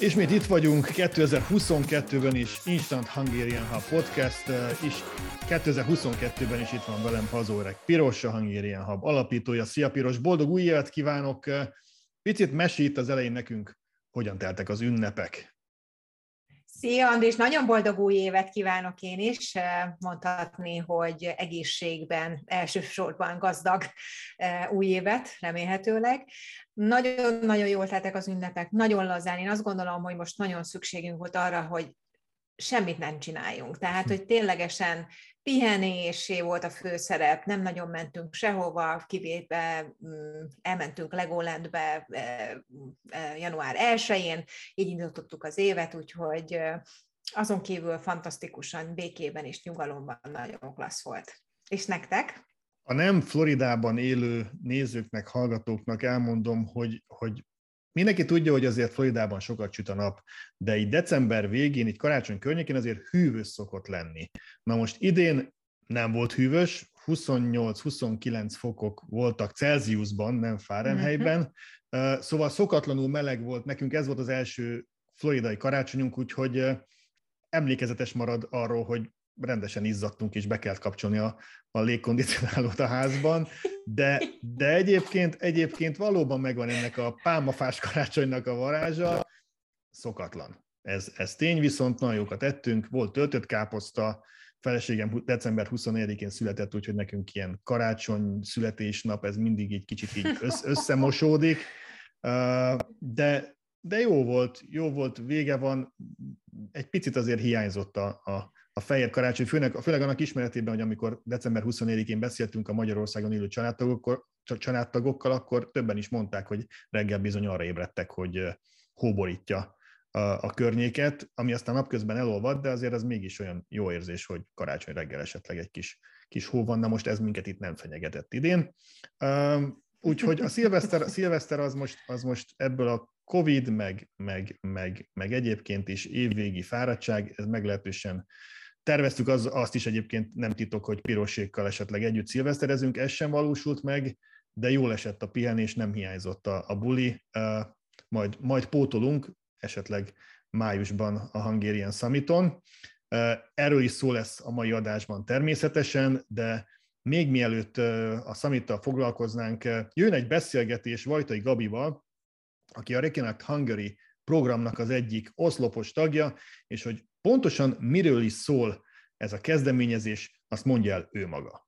Ismét itt vagyunk 2022-ben is, Instant Hungarian Hub Podcast, és 2022-ben is itt van velem Pazórek Piros, a Hungarian Hub alapítója. Szia Piros, boldog új évet kívánok! Picit mesélj itt az elején nekünk, hogyan teltek az ünnepek. Szia Andrés, nagyon boldog új évet kívánok én is, mondhatni, hogy egészségben, elsősorban gazdag új évet, remélhetőleg. Nagyon-nagyon jól teltek az ünnepek, nagyon lazán. Én azt gondolom, hogy most nagyon szükségünk volt arra, hogy semmit nem csináljunk. Tehát, hogy ténylegesen pihenésé volt a főszerep, nem nagyon mentünk sehova, kivéve elmentünk Legolandbe január 1-én, így indítottuk az évet, úgyhogy azon kívül fantasztikusan, békében és nyugalomban nagyon klassz volt. És nektek? A nem Floridában élő nézőknek, hallgatóknak elmondom, hogy mindenki tudja, hogy azért Floridában sokat süt a nap, de így december végén, így karácsony környékén azért hűvös szokott lenni. Na most idén nem volt hűvös, 28-29 fokok voltak Celsiusban, nem Fahrenheitben, szóval szokatlanul meleg volt nekünk, ez volt az első floridai karácsonyunk, úgyhogy emlékezetes marad arról, hogy rendesen izzadtunk, és be kellett kapcsolni a légkondicionálót a házban, de egyébként valóban megvan ennek a pálmafás karácsonynak a varázsa, szokatlan. Ez tény, viszont nagyon jókat ettünk, volt töltött káposzta, feleségem december 24-én született, úgyhogy nekünk ilyen karácsony, születésnap, ez mindig így kicsit így összemosódik, de jó volt, vége van, egy picit azért hiányzott a fehér karácsony, főleg annak ismeretében, hogy amikor december 24-én beszéltünk a Magyarországon élő családtagokkal, akkor többen is mondták, hogy reggel bizony arra ébredtek, hogy hóborítja a környéket, ami aztán napközben elolvad, de azért az mégis olyan jó érzés, hogy karácsony reggel esetleg egy kis hó van, na most ez minket itt nem fenyegetett idén. Úgyhogy a szilveszter az most ebből a Covid, meg egyébként is évvégi fáradtság, ez meglehetősen terveztük azt is egyébként, nem titok, hogy Pirosékkal esetleg együtt szilveszterezünk, ez sem valósult meg, de jól esett a pihenés, nem hiányzott a buli, majd pótolunk, esetleg májusban a Hungarian Summiton. Erről is szó lesz a mai adásban természetesen, de még mielőtt a Summittal foglalkoznánk, jön egy beszélgetés Vajtai Gabival, aki a Reconnect Hungary programnak az egyik oszlopos tagja, és hogy pontosan miről is szól ez a kezdeményezés, azt mondja el ő maga.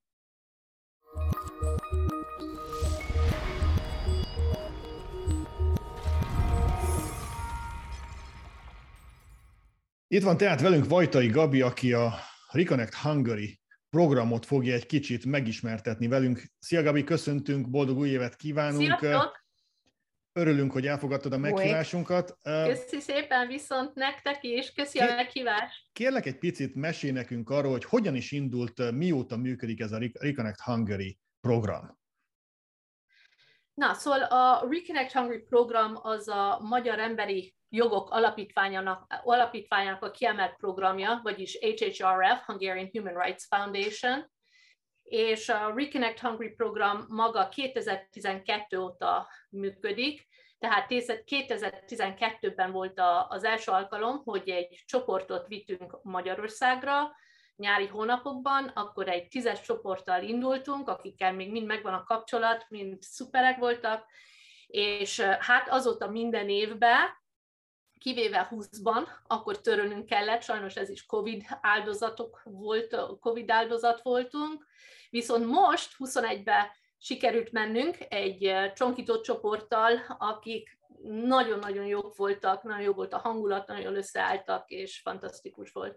Itt van tehát velünk Vajtai Gabi, aki a Reconnect Hungary programot fogja egy kicsit megismertetni velünk. Szia Gabi, köszöntünk, boldog új évet kívánunk! Sziasztok! Örülünk, hogy elfogadtad a meghívásunkat. Köszi szépen viszont nektek is, köszi a meghívást. Kérlek egy picit mesélj nekünk arról, hogy hogyan is indult, mióta működik ez a Reconnect Hungary program. Na, szóval a Reconnect Hungary program az a Magyar Emberi Jogok Alapítványának a kiemelt programja, vagyis HHRF, Hungarian Human Rights Foundation, és a Reconnect Hungary program maga 2012 óta működik, tehát 2012-ben volt az első alkalom, hogy egy csoportot vittünk Magyarországra nyári hónapokban, akkor egy 10 csoporttal indultunk, akikkel még mind megvan a kapcsolat, mind szuperek voltak, és hát azóta minden évben, kivéve 20-ban, akkor törölnünk kellett, sajnos ez is Covid áldozat voltunk, viszont most 21-ben sikerült mennünk egy csonkított csoporttal, akik nagyon-nagyon jók voltak, nagyon jó volt a hangulat, nagyon jól összeálltak, és fantasztikus volt.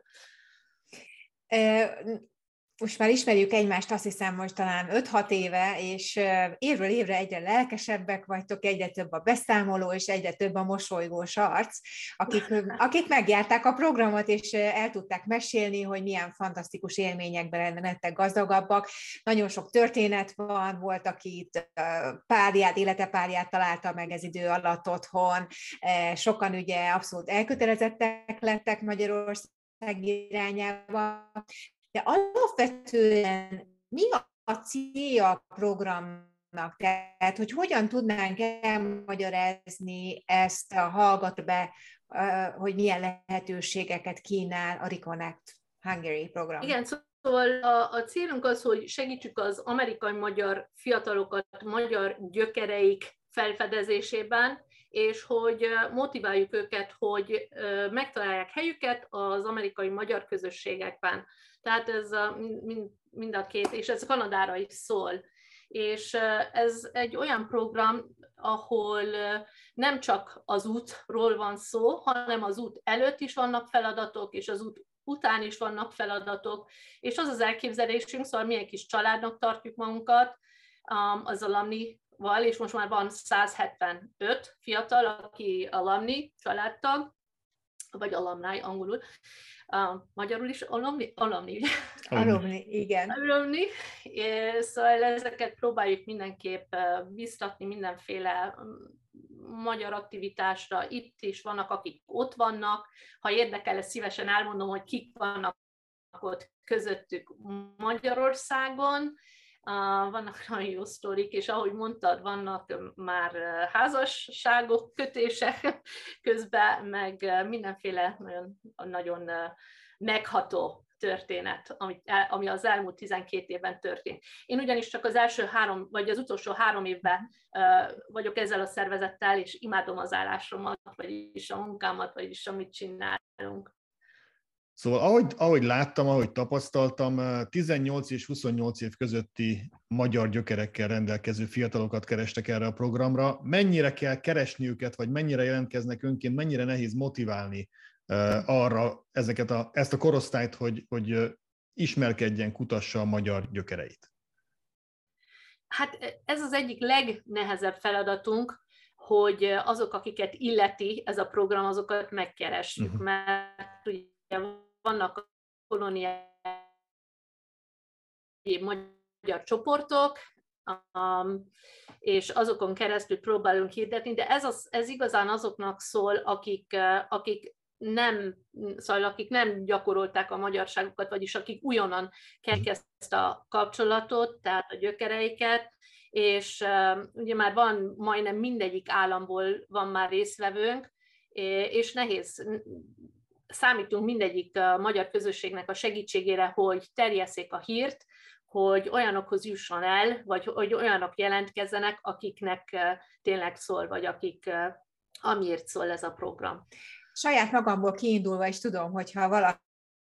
Most már ismerjük egymást, azt hiszem most talán 5-6 éve, és évről évre egyre lelkesebbek vagytok, egyre több a beszámoló, és egyre több a mosolygós arc, akik megjárták a programot, és el tudták mesélni, hogy milyen fantasztikus élményekben lettek gazdagabbak. Nagyon sok történet volt, akit élete párját találta meg ez idő alatt otthon. Sokan ugye abszolút elkötelezettek lettek Magyarország irányába. De alapvetően mi a célja a programnak? Tehát, hogy hogyan tudnánk elmagyarázni ezt a hallgatóba, hogy milyen lehetőségeket kínál a Reconnect Hungary program. Igen, szóval a célunk az, hogy segítsük az amerikai-magyar fiatalokat magyar gyökereik felfedezésében, és hogy motiváljuk őket, hogy megtalálják helyüket az amerikai-magyar közösségekben. Tehát ez mind a két, és ez Kanadára is szól. És ez egy olyan program, ahol nem csak az útról van szó, hanem az út előtt is vannak feladatok, és az út után is vannak feladatok, és az az elképzelésünk, szóval mi egy kis családnak tartjuk magunkat az alumni-val, és most már van 175 fiatal, aki alumni, családtag, vagy alumni angolul, magyarul is alumni, igen. Alumni, szóval ezeket próbáljuk mindenképp biztatni mindenféle magyar aktivitásra. Itt is vannak, akik ott vannak. Ha érdekel, ezt szívesen elmondom, hogy kik vannak ott közöttük Magyarországon. Vannak nagyon jó sztorik, és ahogy mondtad, vannak már házasságok, kötések közben, meg mindenféle nagyon, nagyon megható történet, ami az elmúlt 12 évben történt. Én ugyanis csak az első 3, vagy az utolsó 3 évben vagyok ezzel a szervezettel, és imádom az állásomat, vagyis a munkámat, vagyis amit csinálunk. Szóval ahogy láttam, ahogy tapasztaltam, 18 és 28 év közötti magyar gyökerekkel rendelkező fiatalokat kerestek erre a programra. Mennyire kell keresni őket, vagy mennyire jelentkeznek önként, mennyire nehéz motiválni arra ezt a korosztályt, hogy ismerkedjen, kutassa a magyar gyökereit? Hát ez az egyik legnehezebb feladatunk, hogy azok, akiket illeti ez a program, azokat megkeressük, mert ugye vannak kolóniai magyar csoportok, és azokon keresztül próbálunk hirdetni, de ez igazán azoknak szól, akik nem gyakorolták a magyarságukat, vagyis akik újonnan kezdték ezt a kapcsolatot, tehát a gyökereiket, és ugye már van majdnem mindegyik államból van már résztvevőnk, és nehéz, számítunk mindegyik magyar közösségnek a segítségére, hogy terjesszék a hírt, hogy olyanokhoz jusson el, vagy hogy olyanok jelentkezzenek, akiknek tényleg szól, vagy amiért szól ez a program. Saját magamból kiindulva is tudom, hogyha valaki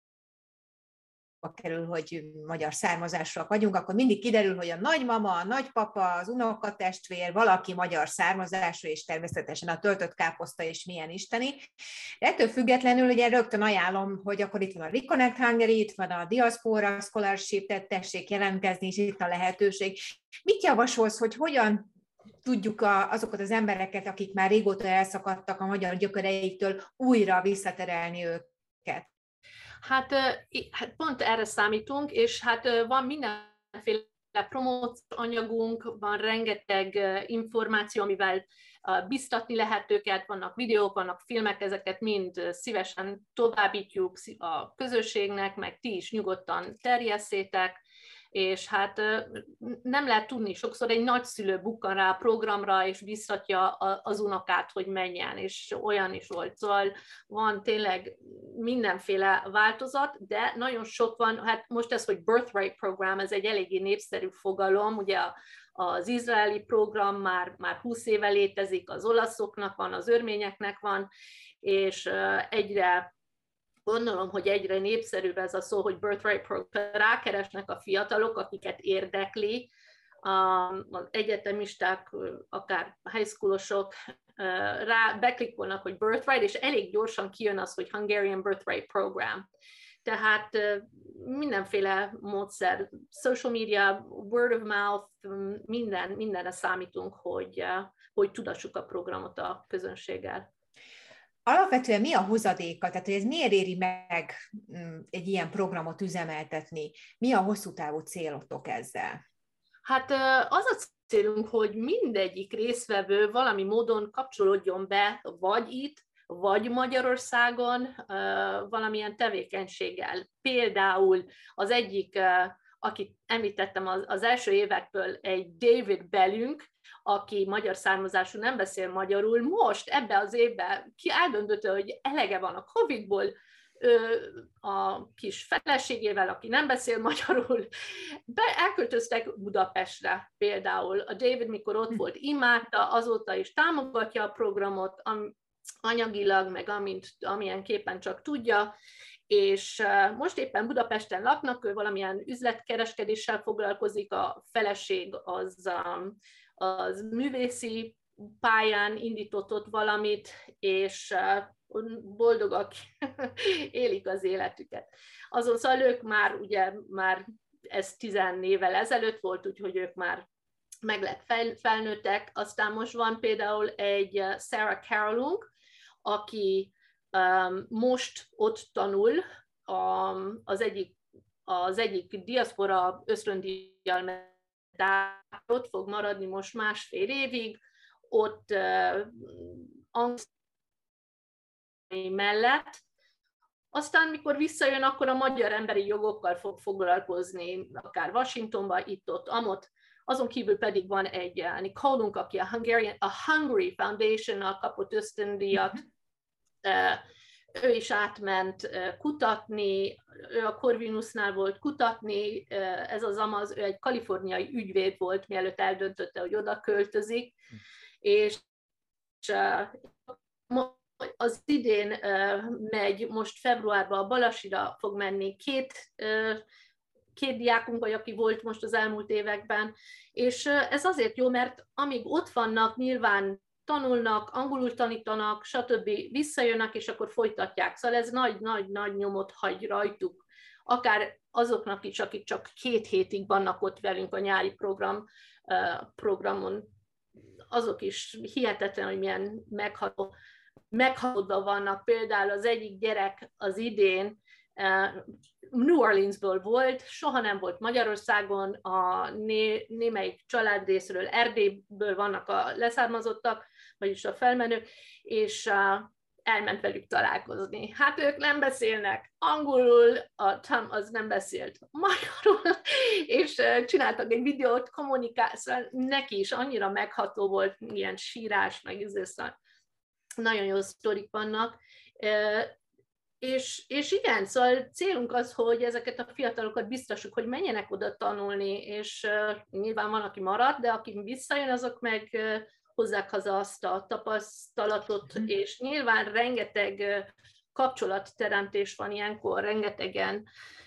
kerül, hogy magyar származásúak vagyunk, akkor mindig kiderül, hogy a nagymama, a nagypapa, az unokatestvér, valaki magyar származású, és természetesen a töltött káposzta is milyen isteni. De ettől függetlenül ugye rögtön ajánlom, hogy akkor itt van a Reconnect Hungary, itt van a Diaspora Scholarship, tehát tessék jelentkezni, és itt a lehetőség. Mit javasolsz, hogy hogyan tudjuk azokat az embereket, akik már régóta elszakadtak a magyar gyökereiktől, újra visszaterelni őket? Hát pont erre számítunk, és hát van mindenféle promóciós anyagunk, van rengeteg információ, amivel biztatni lehet őket, vannak videók, vannak filmek, ezeket mind szívesen továbbítjuk a közösségnek, meg ti is nyugodtan terjesszétek, és hát nem lehet tudni, sokszor egy nagyszülő bukkan rá a programra, és biztatja az unokát, hogy menjen, és olyan is volt. Szóval van tényleg mindenféle változat, de nagyon sok van, hát most ez, hogy Birthright Program, ez egy eléggé népszerű fogalom, ugye az izraeli program már 20 éve létezik, az olaszoknak van, az örményeknek van, és gondolom, hogy egyre népszerűbb ez a szó, hogy Birthright Program. Rákeresnek a fiatalok, akiket érdekli, az egyetemisták, akár high schoolosok, beklikkolnak, hogy Birthright, és elég gyorsan kijön az, hogy Hungarian Birthright Program. Tehát mindenféle módszer, social media, word of mouth, mindenre számítunk, hogy tudassuk a programot a közönséggel. Alapvetően mi a hozadéka? Tehát, hogy ez miért éri meg egy ilyen programot üzemeltetni? Mi a hosszú távú célotok ezzel? Hát az a célunk, hogy mindegyik résztvevő valami módon kapcsolódjon be, vagy itt, vagy Magyarországon valamilyen tevékenységgel. Például az egyik akit említettem az első évekből, egy David Bellünk, aki magyar származású, nem beszél magyarul, most ebbe az évben ki eldöntötte, hogy elege van a Covid-ból, a kis feleségével, aki nem beszél magyarul, elköltöztek Budapestre például. A David, mikor ott volt, imádta, azóta is támogatja a programot, anyagilag, meg amilyen képen csak tudja, és most éppen Budapesten laknak, ő valamilyen üzletkereskedéssel foglalkozik, a feleség az művészi pályán indított ott valamit, és boldogak élik az életüket. Azon szóval ők már ez 10 évvel ezelőtt volt, úgyhogy ők már meg lett felnőttek. Aztán most van például egy Sarah Carolunk, aki most ott tanul, az egyik diaszpora ösztöndíjjal, mert ott fog maradni most 1,5 évig, ott mellett. Aztán, mikor visszajön, akkor a magyar emberi jogokkal fog foglalkozni, akár Washingtonban, itt-ott, amott. Azon kívül pedig van egy Nikolunk, aki a Hungary Foundation-nal kapott ösztöndíjat. Ő is átment kutatni, ő a Corvinusnál volt kutatni, ez az amaz, ő egy kaliforniai ügyvéd volt, mielőtt eldöntötte, hogy oda költözik, és az idén megy, most februárban a Balasira fog menni két diákunk, vagy aki volt most az elmúlt években, és ez azért jó, mert amíg ott vannak, nyilván tanulnak, angolul tanítanak, stb. Visszajönnek, és akkor folytatják. Szóval ez nagy nyomot hagy rajtuk. Akár azoknak is, akik csak 2 hétig vannak ott velünk a nyári programon, azok is hihetetlen, hogy milyen meghatódva vannak. Például az egyik gyerek az idén New Orleansből volt, soha nem volt Magyarországon, a némelyik család részről Erdélyből vannak a leszármazottak, vagyis a felmenők, és elment velük találkozni. Hát ők nem beszélnek angolul, a Tom az nem beszélt magyarul, és csináltak egy videót, kommunikációval, neki is annyira megható volt, ilyen sírás, meg nagyon jó sztorik vannak. És igen, szóval célunk az, hogy ezeket a fiatalokat biztosuk, hogy menjenek oda tanulni, és nyilván van, aki marad, de aki visszajön, azok meg hozzák haza azt a tapasztalatot, és nyilván rengeteg kapcsolatteremtés van ilyenkor, rengetegen,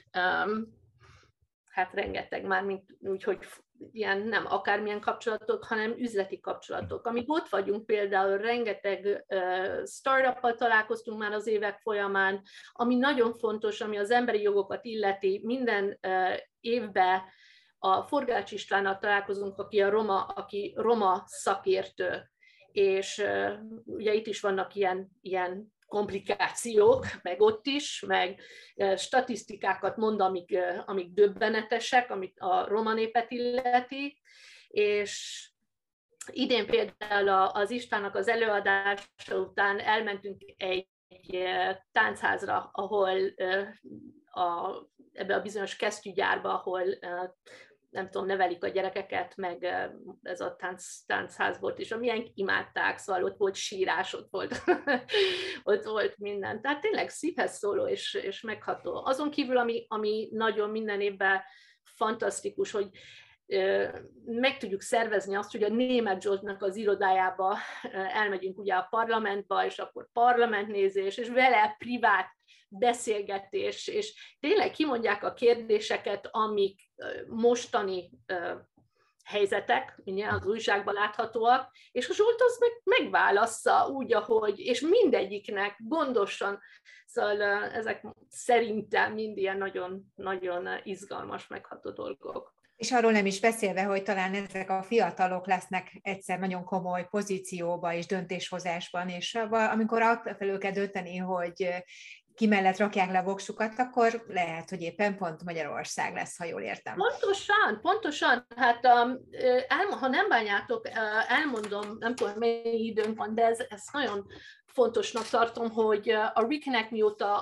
hát rengeteg már, mint úgyhogy ilyen nem akármilyen kapcsolatok, hanem üzleti kapcsolatok. Amíg ott vagyunk, például rengeteg startuppal találkoztunk már az évek folyamán, ami nagyon fontos, ami az emberi jogokat illeti. Minden évben a Forgács Istvánnal találkozunk, aki roma szakértő, és ugye itt is vannak ilyen komplikációk, meg ott is, meg statisztikákat mond, amik döbbenetesek, amit a roma népet illeti, és idén például az Istvánnak az előadása után elmentünk egy táncházra, ahol ebbe a bizonyos kesztyűgyárba, ahol nem tudom, nevelik a gyerekeket, meg ez a tánchaz volt, és amilyen imádták, szóval ott volt sírás, ott volt minden. Tehát tényleg szívhez szóló és megható. Azon kívül, ami nagyon minden évben fantasztikus, hogy meg tudjuk szervezni azt, hogy a Németh Zsoltnak az irodájába elmegyünk ugye a parlamentbe, és akkor parlamentnézés, és vele privát beszélgetés, és tényleg kimondják a kérdéseket, amik mostani helyzetek, mindjárt az újságban láthatóak, és a Zsolt az megválassza úgy, ahogy, és mindegyiknek gondosan, szóval ezek szerintem mind ilyen nagyon, nagyon izgalmas, megható dolgok. És arról nem is beszélve, hogy talán ezek a fiatalok lesznek egyszer nagyon komoly pozícióba és döntéshozásban, és amikor felül kell dönteni, hogy ki mellett rakják le a voksukat, akkor lehet, hogy éppen pont Magyarország lesz, ha jól értem. Pontosan. Hát ha nem bánjátok, elmondom, nem tudom, mennyi időnk van, de ez nagyon fontosnak tartom, hogy a Reconnect mióta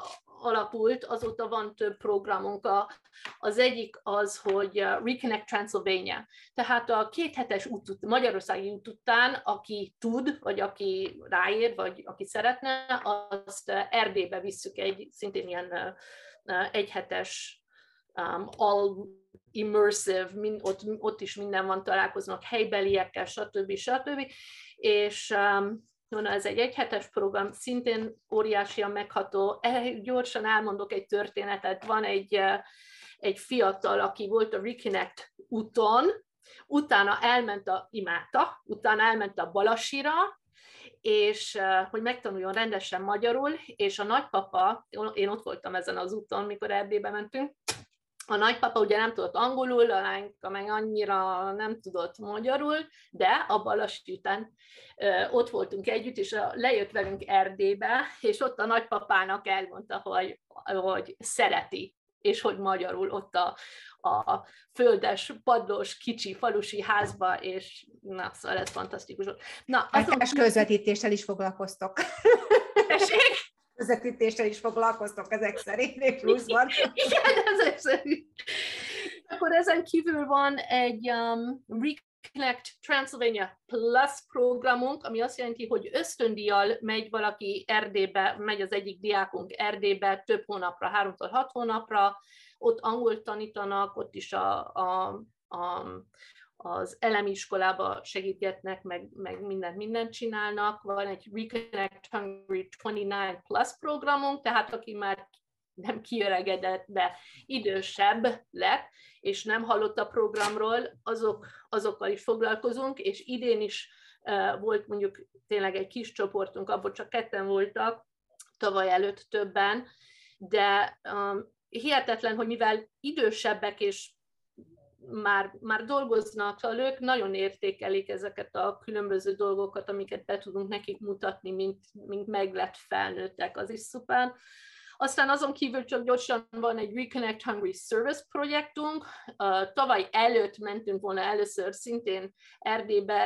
alapult, azóta van több programunk. Az egyik az, hogy Reconnect Transylvania. Tehát a 2 hetes magyarországi út után, aki tud, vagy aki ráér, vagy aki szeretne, azt Erdélybe visszük egy szintén ilyen 1 hetes all immersive, ott is minden van, találkoznak helybeliekkel, stb. És ez egy 1 hetes program, szintén óriásian megható. Gyorsan elmondok egy történetet. Van egy fiatal, aki volt a Reconnect úton, utána imádta, utána elment a Balasira, és hogy megtanuljon rendesen magyarul, és a nagypapa, én ott voltam ezen az úton, mikor Erdélybe mentünk, a nagypapa ugye nem tudott angolul, a lányka meg annyira nem tudott magyarul, de a Balasi után ott voltunk együtt, és lejött velünk Erdélybe, és ott a nagypapának elmondta, hogy szereti, és hogy magyarul ott a földes, padlós, kicsi, falusi házba, és na, szóval ez fantasztikus. Közvetítéssel is foglalkoztok. Közvetítéssel is foglalkoztok ezek szerint, és pluszban. Igen, ezek szerint. Akkor ezen kívül van egy Reconnect Transylvania Plus programunk, ami azt jelenti, hogy ösztöndíjjal megy valaki Erdélybe, megy az egyik diákunk Erdélybe több hónapra, 3-6 hónapra, ott angolt tanítanak, ott is az elemi iskolába segítgetnek, meg mindent csinálnak. Van egy Reconnect Hungary 29 Plus programunk, tehát aki már nem kiöregedett, de idősebb lett, és nem hallott a programról, azokkal is foglalkozunk, és idén is volt mondjuk tényleg egy kis csoportunk, abból csak 2 voltak, tavaly előtt többen, de hihetetlen, hogy mivel idősebbek és már dolgoznak, szóval ők nagyon értékelik ezeket a különböző dolgokat, amiket be tudunk nekik mutatni, mint meglett felnőttek, az is szuper. Aztán azon kívül csak gyorsan van egy Reconnect Hungary Service projektunk. Tavaly előtt mentünk volna először szintén Erdélybe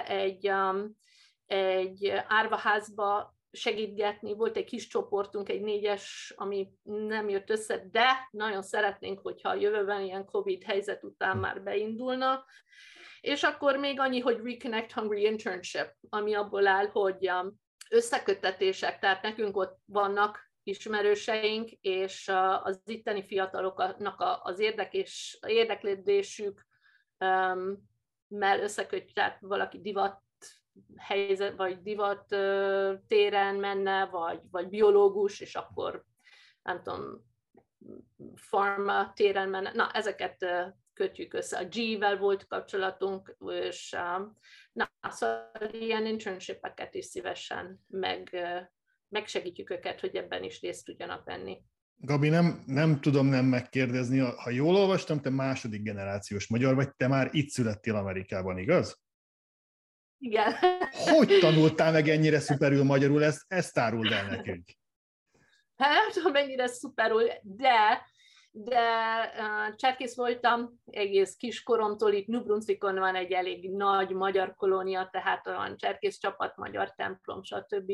egy árvaházba segítgetni. Volt egy kis csoportunk, egy 4-es, ami nem jött össze, de nagyon szeretnénk, hogyha a jövőben ilyen Covid helyzet után már beindulna. És akkor még annyi, hogy Reconnect Hungary Internship, ami abból áll, hogy összeköttetések, tehát nekünk ott vannak ismerőseink, és az itteni fiataloknak az érdeklődésük összekötjük, tehát valaki divat helyzet, vagy divat téren menne, vagy biológus, és akkor nem tudom, pharma téren menne. Na, ezeket kötjük össze. A G-vel volt kapcsolatunk, és szóval ilyen internshipeket is szívesen megsegítjük őket, hogy ebben is részt tudjanak venni. Gabi, nem tudom nem megkérdezni, ha jól olvastam, te második generációs magyar vagy, te már itt születtél Amerikában, igaz? Igen. Hogy tanultál meg ennyire szuperül magyarul? Ezt áruld el nekünk. Hát nem tudom, mennyire szuperül, de cserkész voltam egész kiskoromtól, itt New Brunswickon van egy elég nagy magyar kolónia, tehát van cserkész csapat, magyar templom, stb.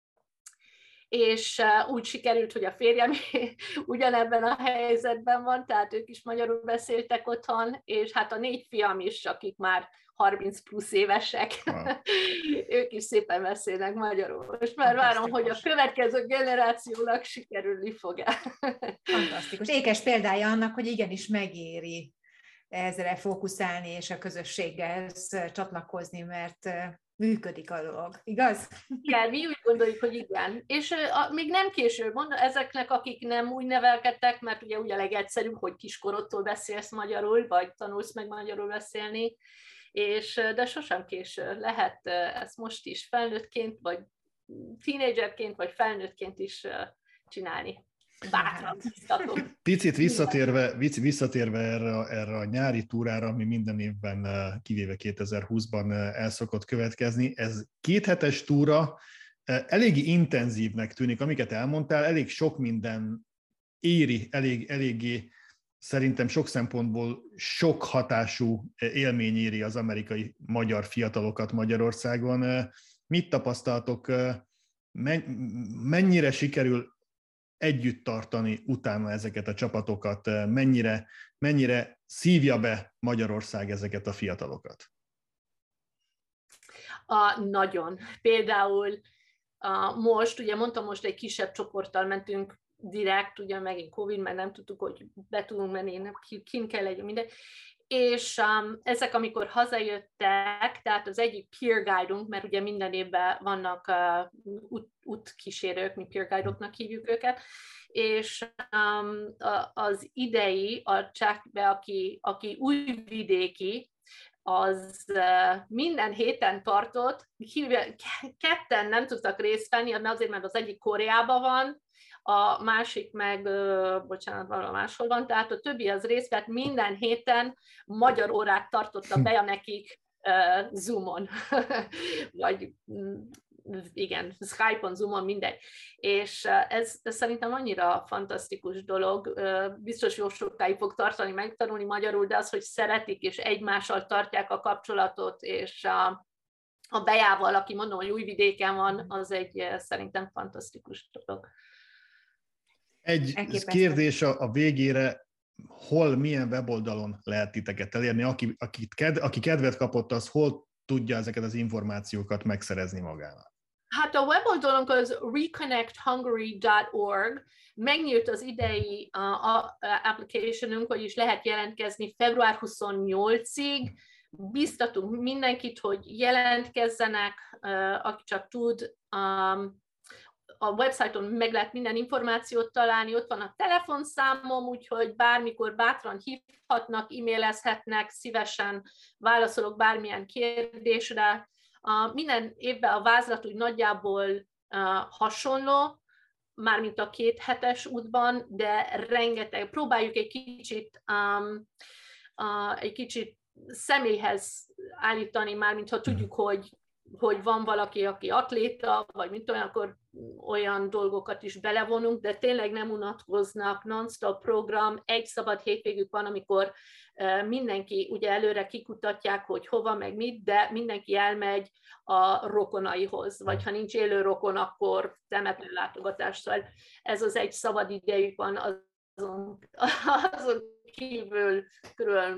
És úgy sikerült, hogy a férjem ugyanebben a helyzetben van, tehát ők is magyarul beszéltek otthon, és hát a 4 fiam is, akik már 30 plusz évesek, ők is szépen beszélnek magyarul. Most már várom, hogy a következő generációnak sikerülni fog-e. Fantasztikus. Ékes példája annak, hogy igenis megéri ezre fókuszálni és a közösséggel csatlakozni, mert működik a dolog, igaz? Igen, mi úgy gondoljuk, hogy igen. És még nem késő, mondom, ezeknek, akik nem úgy nevelkedtek, mert ugye a legegyszerűbb, hogy kiskorodtól beszélsz magyarul, vagy tanulsz meg magyarul beszélni, de sosem késő. Lehet ezt most is felnőttként, vagy tínédzserként, vagy felnőttként is csinálni. Bátran biztatom. Picit visszatérve erre a nyári túrára, ami minden évben, kivéve 2020-ban el szokott következni, ez 2 hetes túra eléggé intenzívnek tűnik, amiket elmondtál, elég sok minden éri, eléggé szerintem sok szempontból sok hatású élmény éri az amerikai magyar fiatalokat Magyarországon. Mit tapasztaltok, mennyire sikerül együtt tartani utána ezeket a csapatokat, mennyire szívja be Magyarország ezeket a fiatalokat? Nagyon. Például most, ugye mondtam, most egy kisebb csoporttal mentünk direkt, ugye megint Covid, mert nem tudtuk, hogy be tudunk menni, kint kell legyünk minden. És ezek, amikor hazajöttek, tehát az egyik peer guide-unk, mert ugye minden évben vannak útkísérők, mi peer guide-oknak hívjuk őket, és az idei, a csákbe, aki újvidéki, az minden héten tartott, ketten nem tudtak részt venni, azért, mert az egyik Koreában van, a másik meg, bocsánat, valahol máshol van, tehát a többi az részt vett, minden héten magyar órát tartotta be nekik Zoomon, vagy igen, Skype-on, Zoomon, mindegy. És ez szerintem annyira fantasztikus dolog, biztos jó sokáig fog tartani megtanulni magyarul, de az, hogy szeretik és egymással tartják a kapcsolatot, és a Bejával, aki mondom, hogy Újvidéken van, az egy szerintem fantasztikus dolog. Egy kérdés a végére, milyen weboldalon lehet titeket elérni? Aki kedvet kapott, az hol tudja ezeket az információkat megszerezni magának? Hát a weboldalunk az reconnecthungary.org, megnyílt az idei applicationünk, vagyis lehet jelentkezni február 28-ig, biztatunk mindenkit, hogy jelentkezzenek, aki csak tud. A websájton meg lehet minden információt találni, ott van a telefonszámom, úgyhogy bármikor bátran hívhatnak, e-mailezhetnek, szívesen válaszolok bármilyen kérdésre. Minden évben a vázlat úgy nagyjából hasonló, mármint a 2 hetes útban, de rengeteg, próbáljuk egy kicsit személyhez állítani, mármint ha tudjuk, hogy van valaki, aki atléta, vagy mint olyan, akkor olyan dolgokat is belevonunk, de tényleg nem unatkoznak, non-stop program, egy szabad hétvégük van, amikor mindenki ugye előre kikutatják, hogy hova, meg mit, de mindenki elmegy a rokonaihoz, vagy ha nincs élő rokon, akkor temetőlátogatás. Szóval ez az egy szabad idejük van, azon kívül körül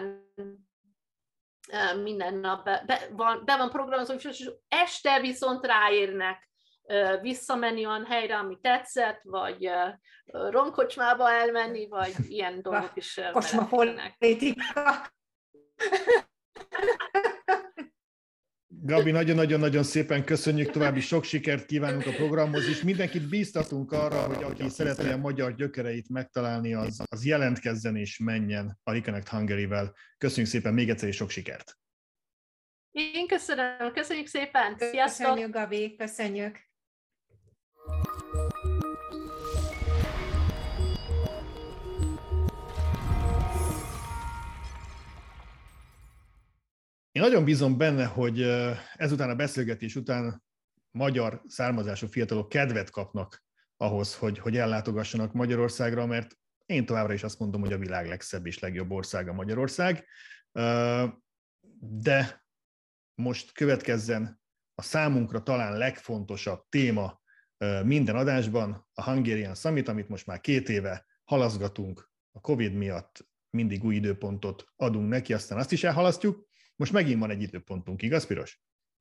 minden nap be van programozva, és este viszont ráérnek visszamenni olyan helyre, ami tetszett, vagy romkocsmába elmenni, vagy ilyen dolgok is kocsmapolitika. Gabi, nagyon-nagyon-nagyon szépen köszönjük, további sok sikert kívánunk a programhoz, és mindenkit bíztatunk arra, hogy aki szeretné a magyar gyökereit megtalálni, az jelentkezzen és menjen a Reconnect Hungary-vel. Köszönjük szépen még egyszer, és sok sikert! Én köszönöm, köszönjük szépen! Sziasztok! Köszönjük, Gabi, köszönjük! Én nagyon bízom benne, hogy ezután a beszélgetés után magyar származású fiatalok kedvet kapnak ahhoz, hogy ellátogassanak Magyarországra, mert én továbbra is azt mondom, hogy a világ legszebb és legjobb országa Magyarország. De most következzen a számunkra talán legfontosabb téma minden adásban, a Hungarian Summit, amit most már 2 éve halaszgatunk, a Covid miatt mindig új időpontot adunk neki, aztán azt is elhalasztjuk. Most megint van egy időpontunk, igaz, Piros?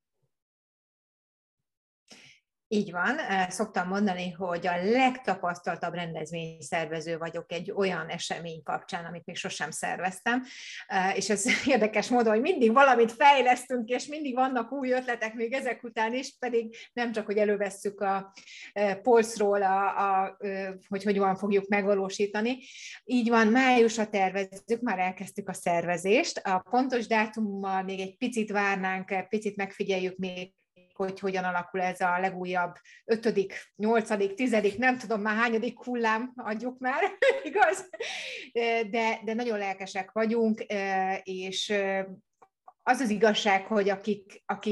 Így van, szoktam mondani, hogy a legtapasztaltabb rendezvényszervező vagyok egy olyan esemény kapcsán, amit még sosem szerveztem, és ez érdekes módon, hogy mindig valamit fejlesztünk, és mindig vannak új ötletek még ezek után is, pedig nem csak, hogy elővesszük a polcról, hogy hogyan fogjuk megvalósítani. Így van, májusra tervezzük, már elkezdtük a szervezést, a pontos dátummal még egy picit várnánk, picit megfigyeljük még, hogy hogyan alakul ez a legújabb 5., 8., 10., nem tudom már hányadik hullám, adjuk már, igaz? De nagyon lelkesek vagyunk, és az az igazság, hogy akik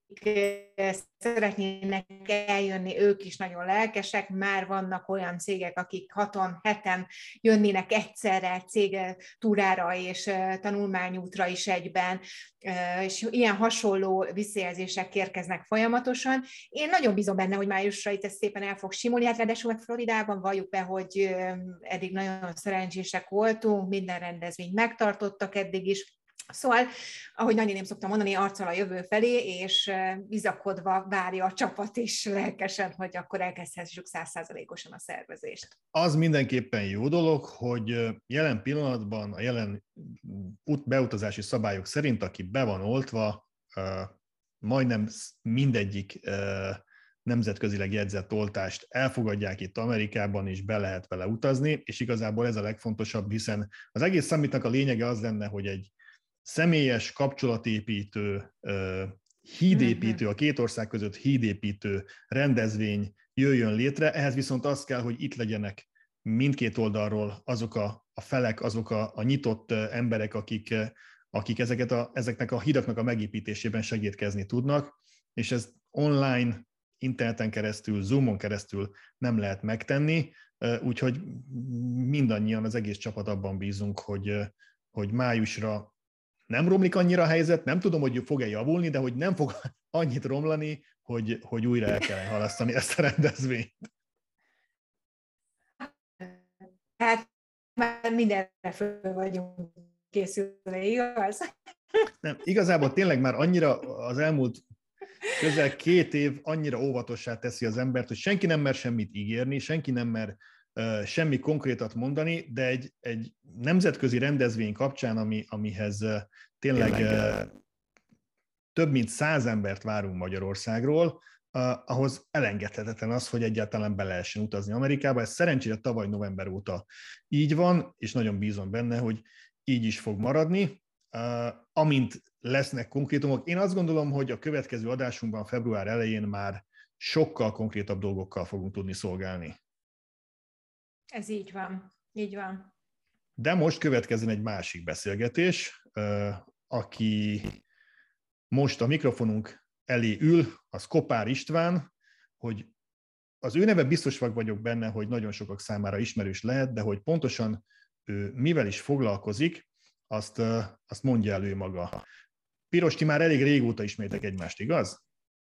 szeretnének eljönni, ők is nagyon lelkesek, már vannak olyan cégek, akik 6-on, 7-en jönnének egyszerre cég túrára és tanulmányútra is egyben, és ilyen hasonló visszajelzések érkeznek folyamatosan. Én nagyon bízom benne, hogy májusra itt ez szépen el fog simulni, hát ráadásul meg Floridában valljuk be, hogy eddig nagyon szerencsések voltunk, minden rendezvényt megtartottak eddig is. Szóval, ahogy nagyon én szoktam mondani, arccal a jövő felé, és bizakodva várja a csapat is lelkesen, hogy akkor elkezdhessük 100%-osan a szervezést. Az mindenképpen jó dolog, hogy jelen pillanatban a jelen beutazási szabályok szerint, aki be van oltva, majdnem mindegyik nemzetközileg jegyzett oltást elfogadják itt Amerikában, és be lehet vele utazni, és igazából ez a legfontosabb, hiszen az egész summitnak a lényege az lenne, hogy egy személyes, kapcsolatépítő, hídépítő, a két ország között hídépítő rendezvény jöjjön létre, ehhez viszont az kell, hogy itt legyenek mindkét oldalról azok a felek, azok a nyitott emberek, akik ezeknek a hídaknak a megépítésében segítkezni tudnak, és ez online, interneten keresztül, Zoomon keresztül nem lehet megtenni, úgyhogy mindannyian, az egész csapat abban bízunk, hogy májusra nem romlik annyira a helyzet, nem tudom, hogy fog-e javulni, de hogy nem fog annyit romlani, hogy újra el kell halasztani ezt a rendezvényt. Hát már mindenre föl vagyunk készülve, igaz? Nem, igazából tényleg már annyira az elmúlt közel 2 év annyira óvatossá teszi az embert, hogy senki nem mer semmit ígérni, senki nem mer semmi konkrétat mondani, de egy nemzetközi rendezvény kapcsán, amihez tényleg több mint 100 embert várunk Magyarországról, ahhoz elengedhetetlen az, hogy egyáltalán be lehessen utazni Amerikába. Ez szerencsére tavaly november óta így van, és nagyon bízom benne, hogy így is fog maradni. Amint lesznek konkrétumok, én azt gondolom, hogy a következő adásunkban február elején már sokkal konkrétabb dolgokkal fogunk tudni szolgálni. Ez így van, így van. De most következzen egy másik beszélgetés. Aki most a mikrofonunk elé ül, az Kopár István, hogy az ő neve biztos vagyok benne, hogy nagyon sokak számára ismerős lehet, de hogy pontosan ő mivel is foglalkozik, azt mondja el ő maga. Piros, ti már elég régóta ismertek egymást, igaz?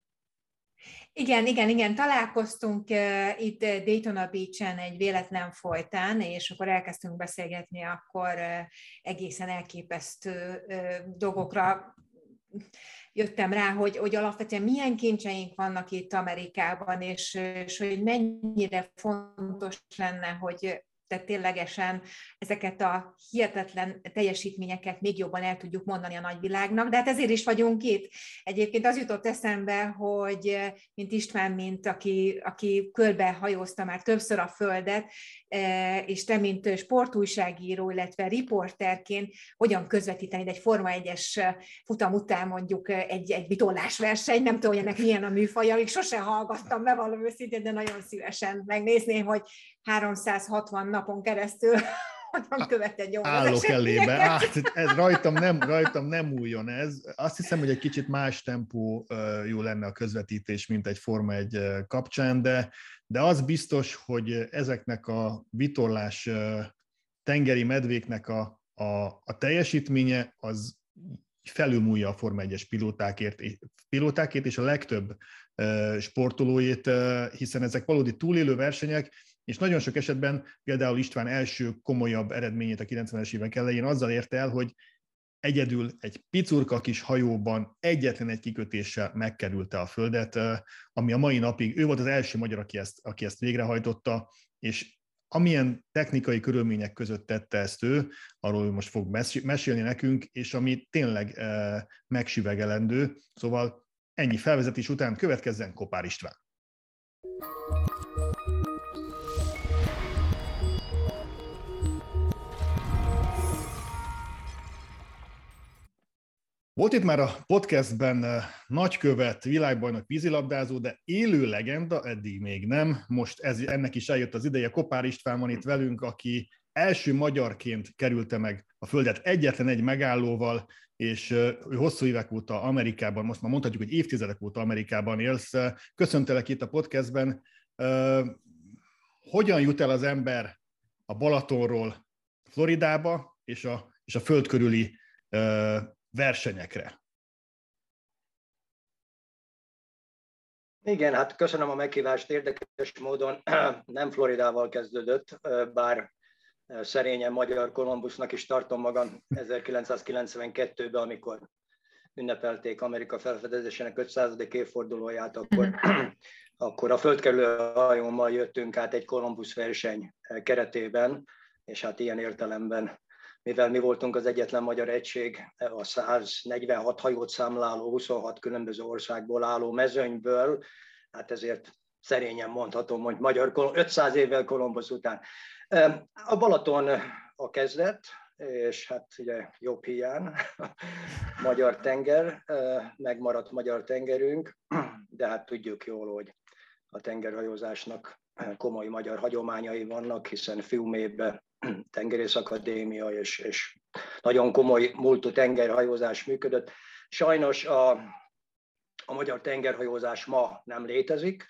Igen, találkoztunk itt Daytona Beach-en egy véletlen folytán, és akkor elkezdtünk beszélgetni, akkor egészen elképesztő dolgokra jöttem rá, hogy alapvetően milyen kincseink vannak itt Amerikában, és hogy mennyire fontos lenne, hogy tehát ténylegesen ezeket a hihetetlen teljesítményeket még jobban el tudjuk mondani a nagyvilágnak, de hát ezért is vagyunk itt. Egyébként az jutott eszembe, hogy mint István, mint aki körbehajózta már többször a Földet, és te, mint sportújságíró, illetve riporterként, hogyan közvetíteni egy Forma 1-es futam után mondjuk egy vitorlásverseny, nem tudom, hogy ennek milyen a műfaja, még sosem hallgattam, bevallom őszintén, de nagyon szívesen megnézném, hogy 360 napon keresztül hogyan követett nyomon az állok elébe. eseményeket. Ez rajtam nem újjon ez. Azt hiszem, hogy egy kicsit más tempó jó lenne a közvetítés, mint egy Forma 1 kapcsán, de az biztos, hogy ezeknek a vitorlás tengeri medvéknek a teljesítménye az felülmúlja a Forma 1-es pilótákét és a legtöbb sportolóét, hiszen ezek valódi túlélő versenyek, és nagyon sok esetben például István első komolyabb eredményét a 90-es évek elején azzal érte el, hogy egyedül egy picurka kis hajóban egyetlen egy kikötéssel megkerülte a Földet, ami a mai napig, ő volt az első magyar, aki ezt végrehajtotta, és amilyen technikai körülmények között tette ezt ő, arról ő most fog mesélni nekünk, és ami tényleg megsüvegelendő. Szóval ennyi felvezetés után következzen Kopár István. Volt itt már a podcastben nagykövet, világbajnok vízilabdázó, de élő legenda eddig még nem. Most ennek is eljött az ideje. Kopár István van itt velünk, aki első magyarként kerülte meg a Földet egyetlen egy megállóval, és ő hosszú évek óta Amerikában, most már mondhatjuk, hogy évtizedek óta Amerikában élsz. Köszöntelek itt a podcastben. Hogyan jut el az ember a Balatonról Floridába és a föld körüli versenyekre? Igen, hát köszönöm a meghívást. Érdekes módon nem Floridával kezdődött, bár szerényen magyar Kolumbusznak is tartom magam 1992-ben, amikor ünnepelték Amerika felfedezésének 500. évfordulóját, akkor a földkerülő hajómmal jöttünk át egy Kolumbusz verseny keretében, és hát ilyen értelemben, mivel mi voltunk az egyetlen magyar egység, a 146 hajót számláló, 26 különböző országból álló mezőnyből, hát ezért szerényen mondhatom, hogy 500 évvel Kolumbusz után. A Balaton a kezdet, és hát ugye jobb hiány, magyar tenger, megmaradt magyar tengerünk, de hát tudjuk jól, hogy a tengerhajózásnak komoly magyar hagyományai vannak, hiszen Fiumében tengerészakadémia és nagyon komoly múltú tengerhajózás működött. Sajnos a magyar tengerhajózás ma nem létezik.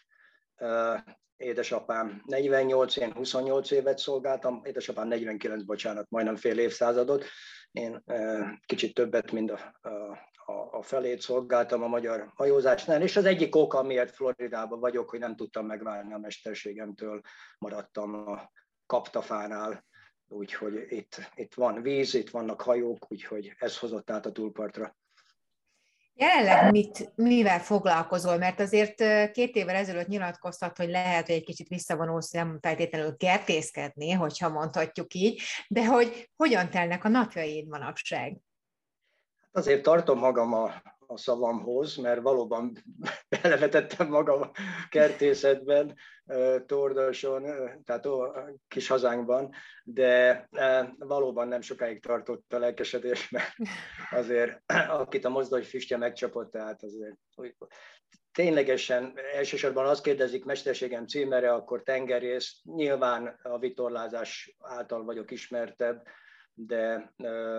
Édesapám 48, én 28 évet szolgáltam, édesapám 49, bocsánat, majdnem fél évszázadot. Én kicsit többet, mint a felét szolgáltam a magyar hajózásnál, és az egyik oka, amiért Floridában vagyok, hogy nem tudtam megválni a mesterségemtől, maradtam a Kaptafánál, úgyhogy itt van víz, itt vannak hajók, úgyhogy ez hozott át a túlpartra. Jelenleg mivel foglalkozol? Mert azért 2 évvel ezelőtt nyilatkoztat, hogy lehet, hogy egy kicsit visszavonulsz, nem feltétlenül kertészkedni, hogyha mondhatjuk így, de hogy hogyan telnek a napjaid manapság? Azért tartom magam a szavamhoz, mert valóban belevetettem magam a kertészetben, Tordoson, tehát kis hazánkban, de valóban nem sokáig tartott a lelkesedés, mert azért akit a mozdony füstje megcsapott, tehát azért ténylegesen elsősorban azt kérdezik mesterségem címere, akkor tengerész, nyilván a vitorlázás által vagyok ismertebb, de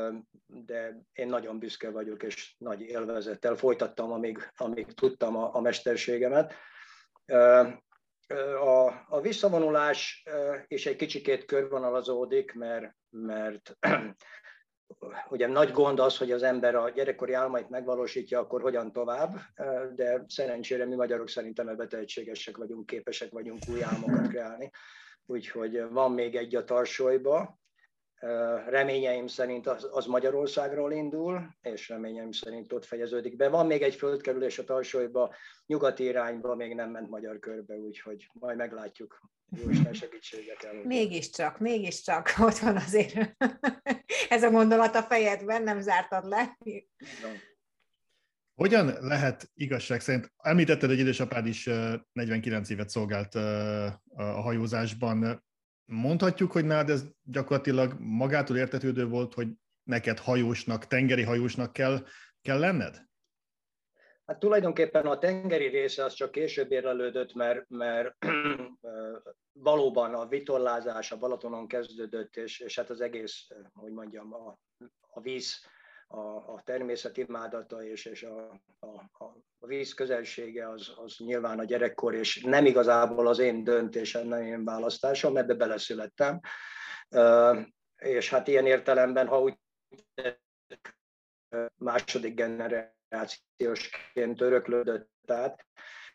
én nagyon büszke vagyok, és nagy élvezettel folytattam, amíg tudtam a mesterségemet. A visszavonulás is egy kicsikét körvonalazódik, mert ugye nagy gond az, hogy az ember a gyerekkori álmait megvalósítja, akkor hogyan tovább, de szerencsére mi magyarok szerintem ebben tehetségesek vagyunk, képesek vagyunk új álmokat kreálni. Úgyhogy van még egy a tarsolyba. Reményeim szerint az Magyarországról indul, és reményeim szerint ott fejeződik be. Van még egy földkerülés a tarsolyba, nyugati irányba még nem ment magyar körbe, úgyhogy majd meglátjuk. Jóisten segítsége kell. Mégiscsak ott van azért ez a gondolat a fejedben, nem zártad le. Hogyan lehet igazság szerint, említetted, hogy édesapád is 49 évet szolgált a hajózásban, mondhatjuk, hogy nálad ez gyakorlatilag magától értetődő volt, hogy neked hajósnak, tengeri hajósnak kell lenned? Hát tulajdonképpen a tengeri része az csak később érlelődött, mert valóban a vitorlázás a Balatonon kezdődött, és hát az egész, hogy mondjam, a víz, a természet imádata és a víz közelsége az nyilván a gyerekkor, és nem igazából az én döntésem, nem én választásom, ebbe beleszülettem. És hát ilyen értelemben, ha úgy második generációsként öröklődött át,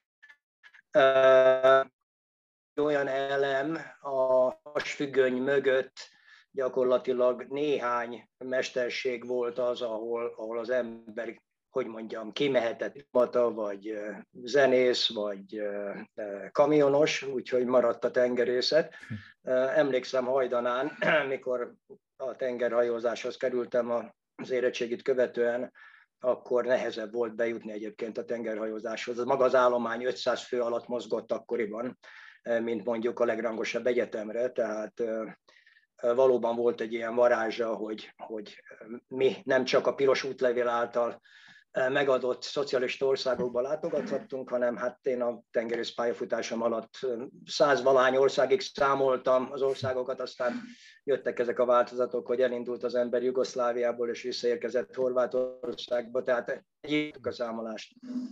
olyan elem a vasfüggöny mögött gyakorlatilag néhány mesterség volt az, ahol az ember, hogy mondjam, kimehetett mata, vagy zenész, vagy kamionos, úgyhogy maradt a tengerészet. Emlékszem hajdanán, mikor a tengerhajózáshoz kerültem az érettségit követően, akkor nehezebb volt bejutni egyébként a tengerhajózáshoz. Maga az állomány 500 fő alatt mozgott akkoriban, mint mondjuk a legrangosabb egyetemre, tehát valóban volt egy ilyen varázsa, hogy mi nem csak a piros útlevél által megadott szocialista országokba látogathattunk, hanem hát én a tengerész pályafutásom alatt 100-valahány országig számoltam az országokat, aztán jöttek ezek a változatok, hogy elindult az ember Jugoszláviából, és visszaérkezett Horvátországba, tehát írtuk a számolást.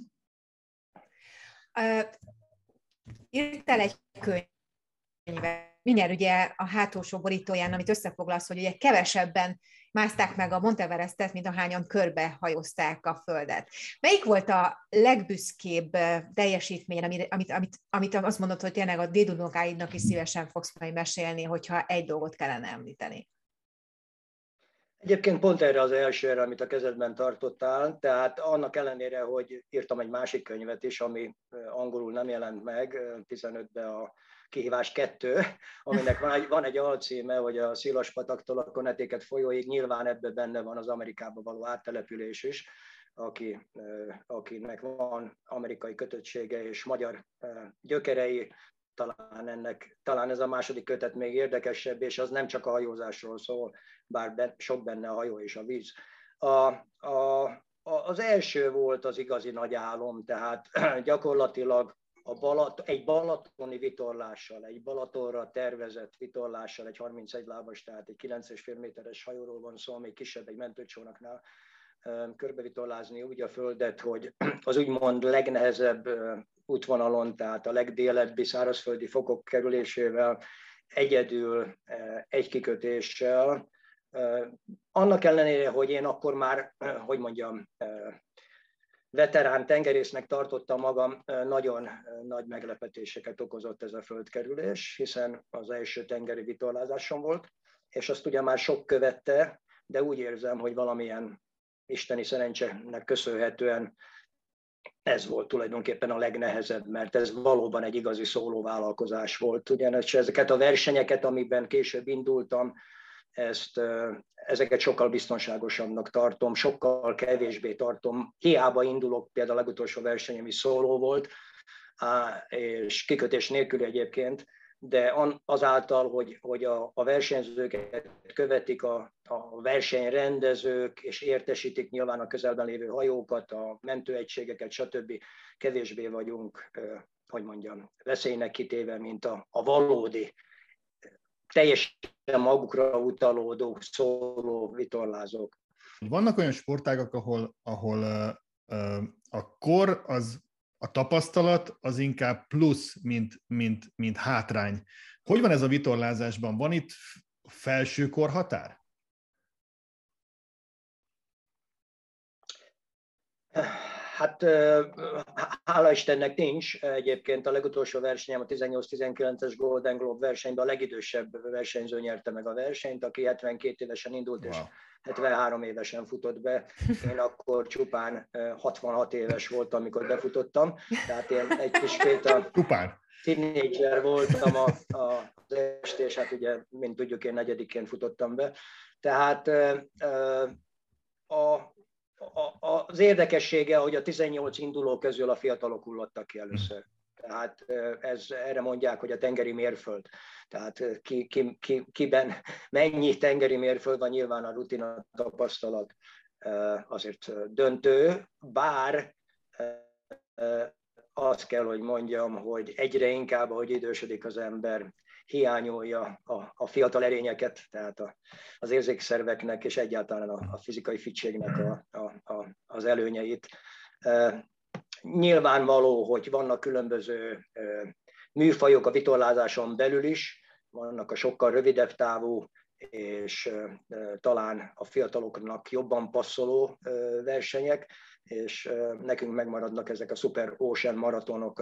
Írtál egy könyvet, mindjárt ugye a hátulsó borítóján, amit összefoglalsz, hogy ugye kevesebben mászták meg a Monteverestet, mint ahányan körbehajózták a Földet. Melyik volt a legbüszkébb teljesítmény, amit azt mondod, hogy tényleg a dédunokáidnak is szívesen fogsz majd mesélni, hogyha egy dolgot kellene említeni? Egyébként pont erre az elsőre, amit a kezedben tartottál, tehát annak ellenére, hogy írtam egy másik könyvet is, ami angolul nem jelent meg, 15-ben a Kihívás 2, aminek van egy alcíme, hogy a Szilaspataktól a Connecticut folyóig, nyilván ebben benne van az Amerikába való áttelepülés is, akinek van amerikai kötöttsége és magyar gyökerei, talán ez a második kötet még érdekesebb, és az nem csak a hajózásról szól, bár sok benne a hajó és a víz. Az első volt az igazi nagy álom, tehát gyakorlatilag egy balatoni vitorlással, egy Balatonra tervezett vitorlással, egy 31 lábas, tehát egy 9,5 méteres hajóról van szó, még kisebb egy mentőcsónaknál körbevitorlázni úgy a Földet, hogy az úgymond legnehezebb útvonalon, tehát a legdélebbi szárazföldi fokok kerülésével, egyedül egy kikötéssel. Annak ellenére, hogy én akkor már, hogy mondjam, veterán tengerésznek tartottam magam, nagyon nagy meglepetéseket okozott ez a földkerülés, hiszen az első tengeri vitorlázásom volt, és azt ugye már sok követte, de úgy érzem, hogy valamilyen isteni szerencsének köszönhetően ez volt tulajdonképpen a legnehezebb, mert ez valóban egy igazi szólóvállalkozás volt. Ugyanis ezeket a versenyeket, amiben később indultam, ezeket sokkal biztonságosabbnak tartom, sokkal kevésbé tartom. Hiába indulok, például a legutolsó versenyem is szóló volt, és kikötés nélkül egyébként, de azáltal, hogy a versenyzőket követik a versenyrendezők, és értesítik nyilván a közelben lévő hajókat, a mentőegységeket, stb. Kevésbé vagyunk, hogy mondjam, veszélynek kitéve, mint a valódi, teljesen magukra utalódó, szóló vitorlázók. Vannak olyan sportágak, ahol a kor, a tapasztalat az inkább plusz, mint hátrány. Hogy van ez a vitorlázásban? Van itt felső korhatár? Hát hála Istennek nincs. Egyébként a legutolsó versenyem, a 18-19-es Golden Globe versenyben a legidősebb versenyző nyerte meg a versenyt, aki 72 évesen indult, és 73 évesen futott be. Én akkor csupán 66 éves voltam, amikor befutottam. Tehát én egy kis tínédzser voltam az est, és hát ugye, mint tudjuk, én negyedikén futottam be. Tehát az érdekessége, hogy a 18 induló közül a fiatalok hullottak ki először. Tehát erre mondják, hogy a tengeri mérföld. Tehát kiben mennyi tengeri mérföld van, nyilván a rutin, a tapasztalat azért döntő, bár azt kell, hogy mondjam, hogy egyre inkább, ahogy idősödik az ember, hiányolja a fiatal erényeket, tehát az érzékszerveknek és egyáltalán a fizikai fittségnek az előnyeit. Nyilvánvaló, hogy vannak különböző műfajok a vitorlázáson belül is, vannak a sokkal rövidebb távú, és talán a fiataloknak jobban passzoló versenyek, és nekünk megmaradnak ezek a Super Ocean maratonok,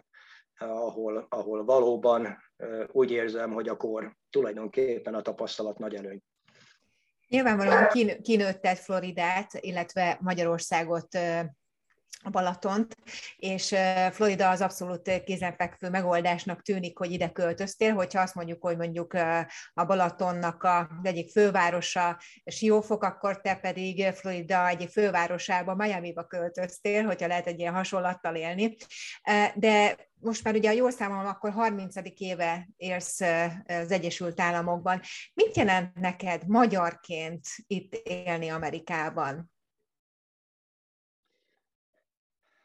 ahol valóban úgy érzem, hogy a kor tulajdonképpen a tapasztalat nagy előny. Nyilvánvalóan kinőtted Floridát, illetve Magyarországot, a Balatont, és Florida az abszolút kézenfekvő megoldásnak tűnik, hogy ide költöztél, hogyha azt mondjuk, hogy mondjuk a Balatonnak az egyik fővárosa Siófok, akkor te pedig Florida egyik fővárosába, Miamiba költöztél, hogyha lehet egy ilyen hasonlattal élni. De most már ugye a jól számolom, akkor 30. éve élsz az Egyesült Államokban. Mit jelent neked magyarként itt élni Amerikában?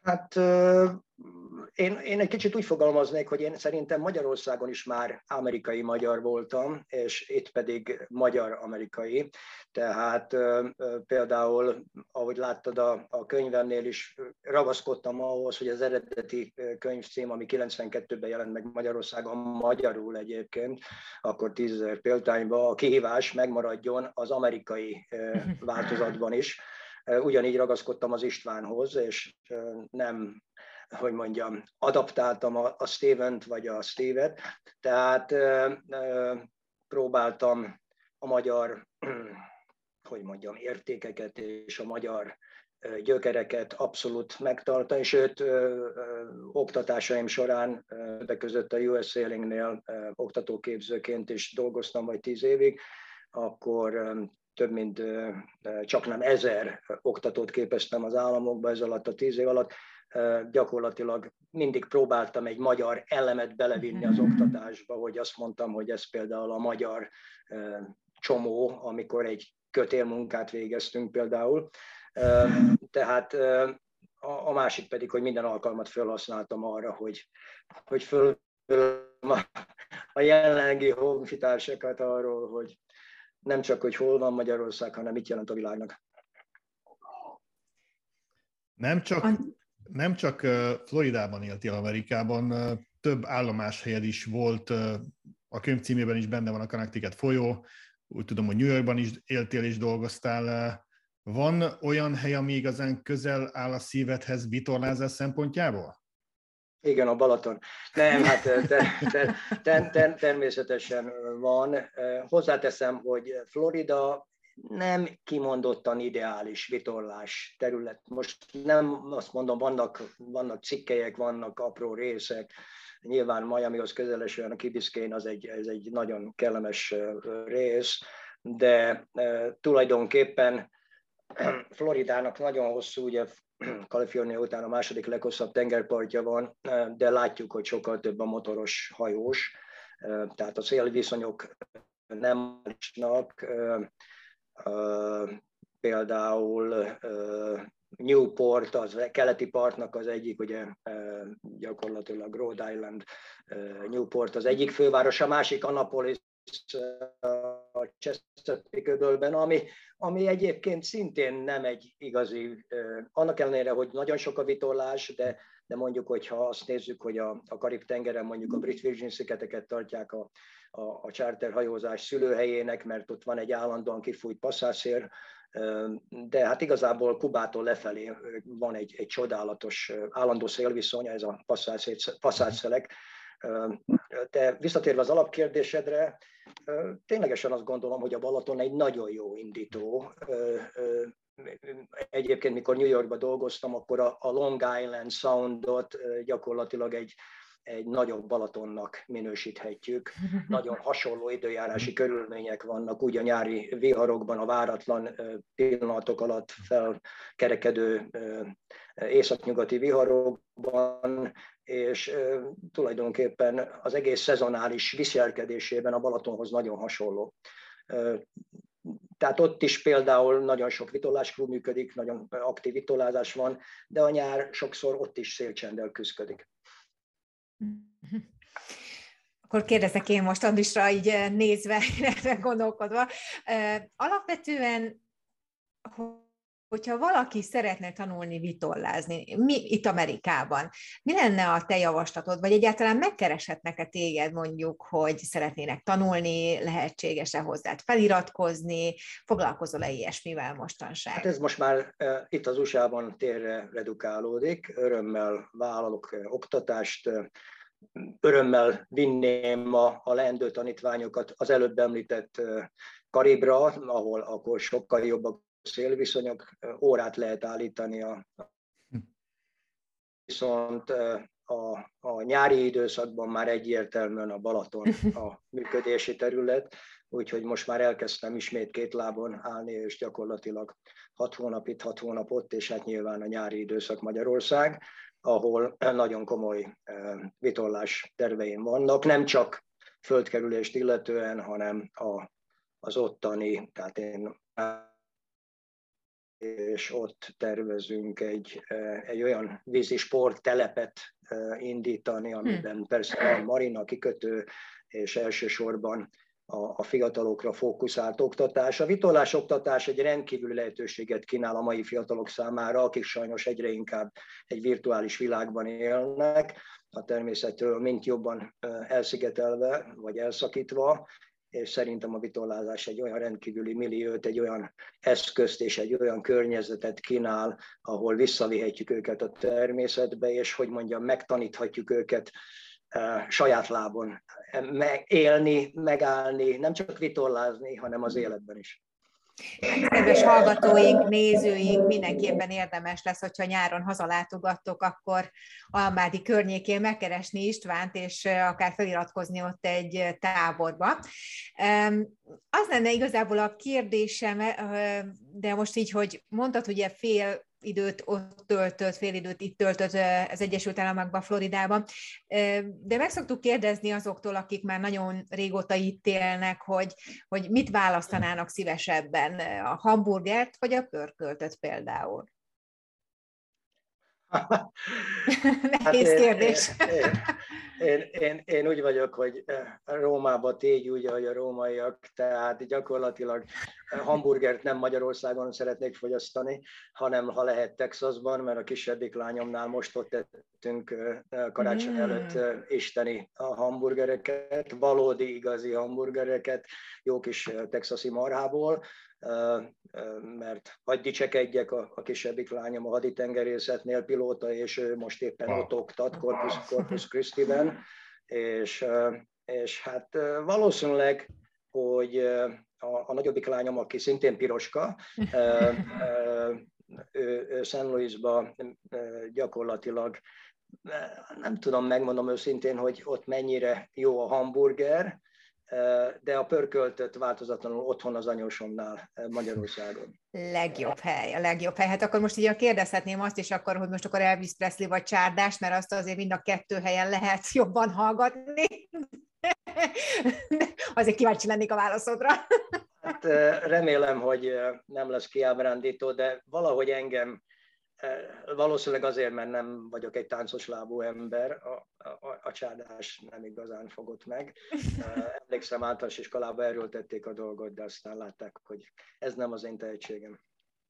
Hát én egy kicsit úgy fogalmaznék, hogy én szerintem Magyarországon is már amerikai magyar voltam, és itt pedig magyar-amerikai. Tehát például, ahogy láttad a könyvemnél is, ragaszkodtam ahhoz, hogy az eredeti könyvcím, ami 92-ben jelent meg Magyarországon magyarul egyébként, akkor 10 000 példányban, a kihívás megmaradjon az amerikai változatban is. Ugyanígy ragaszkodtam az Istvánhoz, és nem, hogy mondjam, adaptáltam a Stevent vagy a Steve-et, tehát próbáltam a magyar, hogy mondjam, értékeket és a magyar gyökereket abszolút megtartani, sőt, oktatásaim során, de között a US Sailingnél oktatóképzőként is dolgoztam vagy 10 évig, akkor több mint csaknem 1000 oktatót képeztem az államokba ez alatt a 10 év alatt. Gyakorlatilag mindig próbáltam egy magyar elemet belevinni az oktatásba, hogy azt mondtam, hogy ez például a magyar csomó, amikor egy kötélmunkát végeztünk például. Tehát a másik pedig, hogy minden alkalmat felhasználtam arra, hogy föl a jelenlegi honfitársakat arról, hogy nem csak, hogy hol van Magyarország, hanem mit jelent a világnak. Nem csak Floridában éltél Amerikában, több állomáshelyed is volt, a könyv címében is benne van a Connecticut folyó, úgy tudom, hogy New Yorkban is éltél és dolgoztál. Van olyan hely, ami igazán közel áll a szívedhez vitorlázás szempontjából? Igen, a Balaton. Nem, hát természetesen van. Hozzáteszem, hogy Florida nem kimondottan ideális vitorlás terület. Most nem azt mondom, vannak cikkelyek, vannak apró részek. Nyilván Miamihoz közelesen a Key Biscayne ez egy nagyon kellemes rész, de tulajdonképpen Floridának nagyon hosszú, ugye Kalifornia után a második leghosszabb tengerpartja van, de látjuk, hogy sokkal több a motoros, hajós, tehát a szélviszonyok nem állnak. Például Newport, az keleti partnak az egyik, ugye gyakorlatilag Rhode Island, Newport az egyik főváros, a másik Annapolis a Chesapeake-öbölben, ami egyébként szintén nem egy igazi, annak ellenére, hogy nagyon sok a vitorlás, de mondjuk, hogyha azt nézzük, hogy a Karib-tengeren mondjuk a Brit Virgin szigeteket tartják a charterhajózás szülőhelyének, mert ott van egy állandóan kifújt passzászél, de hát igazából Kubától lefelé van egy csodálatos állandó szélviszony, ez a passzátszélek. De visszatérve az alapkérdésedre, ténylegesen azt gondolom, hogy a Balaton egy nagyon jó indító. Egyébként, mikor New Yorkban dolgoztam, akkor a Long Island Soundot gyakorlatilag egy nagyobb Balatonnak minősíthetjük. Nagyon hasonló időjárási körülmények vannak, úgy a nyári viharokban, a váratlan pillanatok alatt felkerekedő északnyugati viharokban, és tulajdonképpen az egész szezonális viselkedésében a Balatonhoz nagyon hasonló. Tehát ott is például nagyon sok vitorlásklub működik, nagyon aktív vitorlázás van, de a nyár sokszor ott is szélcsenddel küszködik. Akkor kérdezek én most Andrisra így nézve, illetve gondolkodva. Alapvetően, hogyha valaki szeretne tanulni vitorlázni, itt Amerikában, mi lenne a te javaslatod, vagy egyáltalán megkereshetnek-e téged mondjuk, hogy szeretnének tanulni, lehetséges-e hozzád feliratkozni, foglalkozol-e ilyesmivel mostanság? Hát ez most már itt az USA-ban térre redukálódik, örömmel vállalok oktatást, örömmel vinném a leendő tanítványokat az előbb említett Karibra, ahol akkor sokkal jobbak szélviszonyok, órát lehet állítani, viszont a nyári időszakban már egyértelműen a Balaton a működési terület, úgyhogy most már elkezdtem ismét két lábon állni, és gyakorlatilag 6 hónap itt, 6 hónap ott, és hát nyilván a nyári időszak Magyarország, ahol nagyon komoly vitorlás terveim vannak, nem csak földkerülést illetően, hanem az ottani, tehát én és ott tervezünk egy olyan vízi sporttelepet indítani, amiben persze van marina, kikötő, és elsősorban a fiatalokra fókuszált oktatás. A vitorlásoktatás egy rendkívüli lehetőséget kínál a mai fiatalok számára, akik sajnos egyre inkább egy virtuális világban élnek, a természetről mint jobban elszigetelve vagy elszakítva, és szerintem a vitorlázás egy olyan rendkívüli milliót, egy olyan eszközt és egy olyan környezetet kínál, ahol visszavihetjük őket a természetbe, és hogy mondjam, megtaníthatjuk őket saját lábon élni, megállni, nem csak vitorlázni, hanem az életben is. Kedves hallgatóink, nézőink, mindenképpen érdemes lesz, hogyha nyáron hazalátogattok, akkor Almádi környékén megkeresni Istvánt, és akár feliratkozni ott egy táborba. Az lenne igazából a kérdésem, de most így, hogy mondtad, ugye fél időt ott töltött, fél időt itt töltött az Egyesült Államokban, Floridában, de meg szoktuk kérdezni azoktól, akik már nagyon régóta itt élnek, hogy mit választanának szívesebben, a hamburgert vagy a pörköltöt például? Nehéz kérdés. Én úgy vagyok, hogy Rómába tégy úgy, ahogy a rómaiak, tehát gyakorlatilag hamburgert nem Magyarországon szeretnék fogyasztani, hanem ha lehet Texasban, mert a kisebbik lányomnál most ott tettünk karácsony előtt isteni a hamburgereket, valódi, igazi hamburgereket, jó kis texasi marhából, mert hadd dicsekedjek, a kisebbik lányom a haditengerészetnél pilóta, és ő most éppen ott oktat Corpus Christi-ben, és hát valószínűleg, hogy a nagyobbik lányom, aki szintén piroska, ő St. Louisba gyakorlatilag, nem tudom, megmondom őszintén, hogy ott mennyire jó a hamburger, de a pörköltöt változatlanul otthon az anyósomnál Magyarországon. Legjobb hely, a legjobb hely. Hát akkor most így kérdezhetném azt is akkor, hogy most akkor Elvis Presley vagy Csárdás, mert azt azért mind a kettő helyen lehet jobban hallgatni. Azért kíváncsi lennék a válaszodra. Hát remélem, hogy nem lesz kiábrándító, de valahogy engem, valószínűleg azért, mert nem vagyok egy táncos lábú ember, a Csárdás nem igazán fogott meg. Emlékszem, általános iskolában erről tették a dolgot, de aztán látták, hogy ez nem az én tehetségem.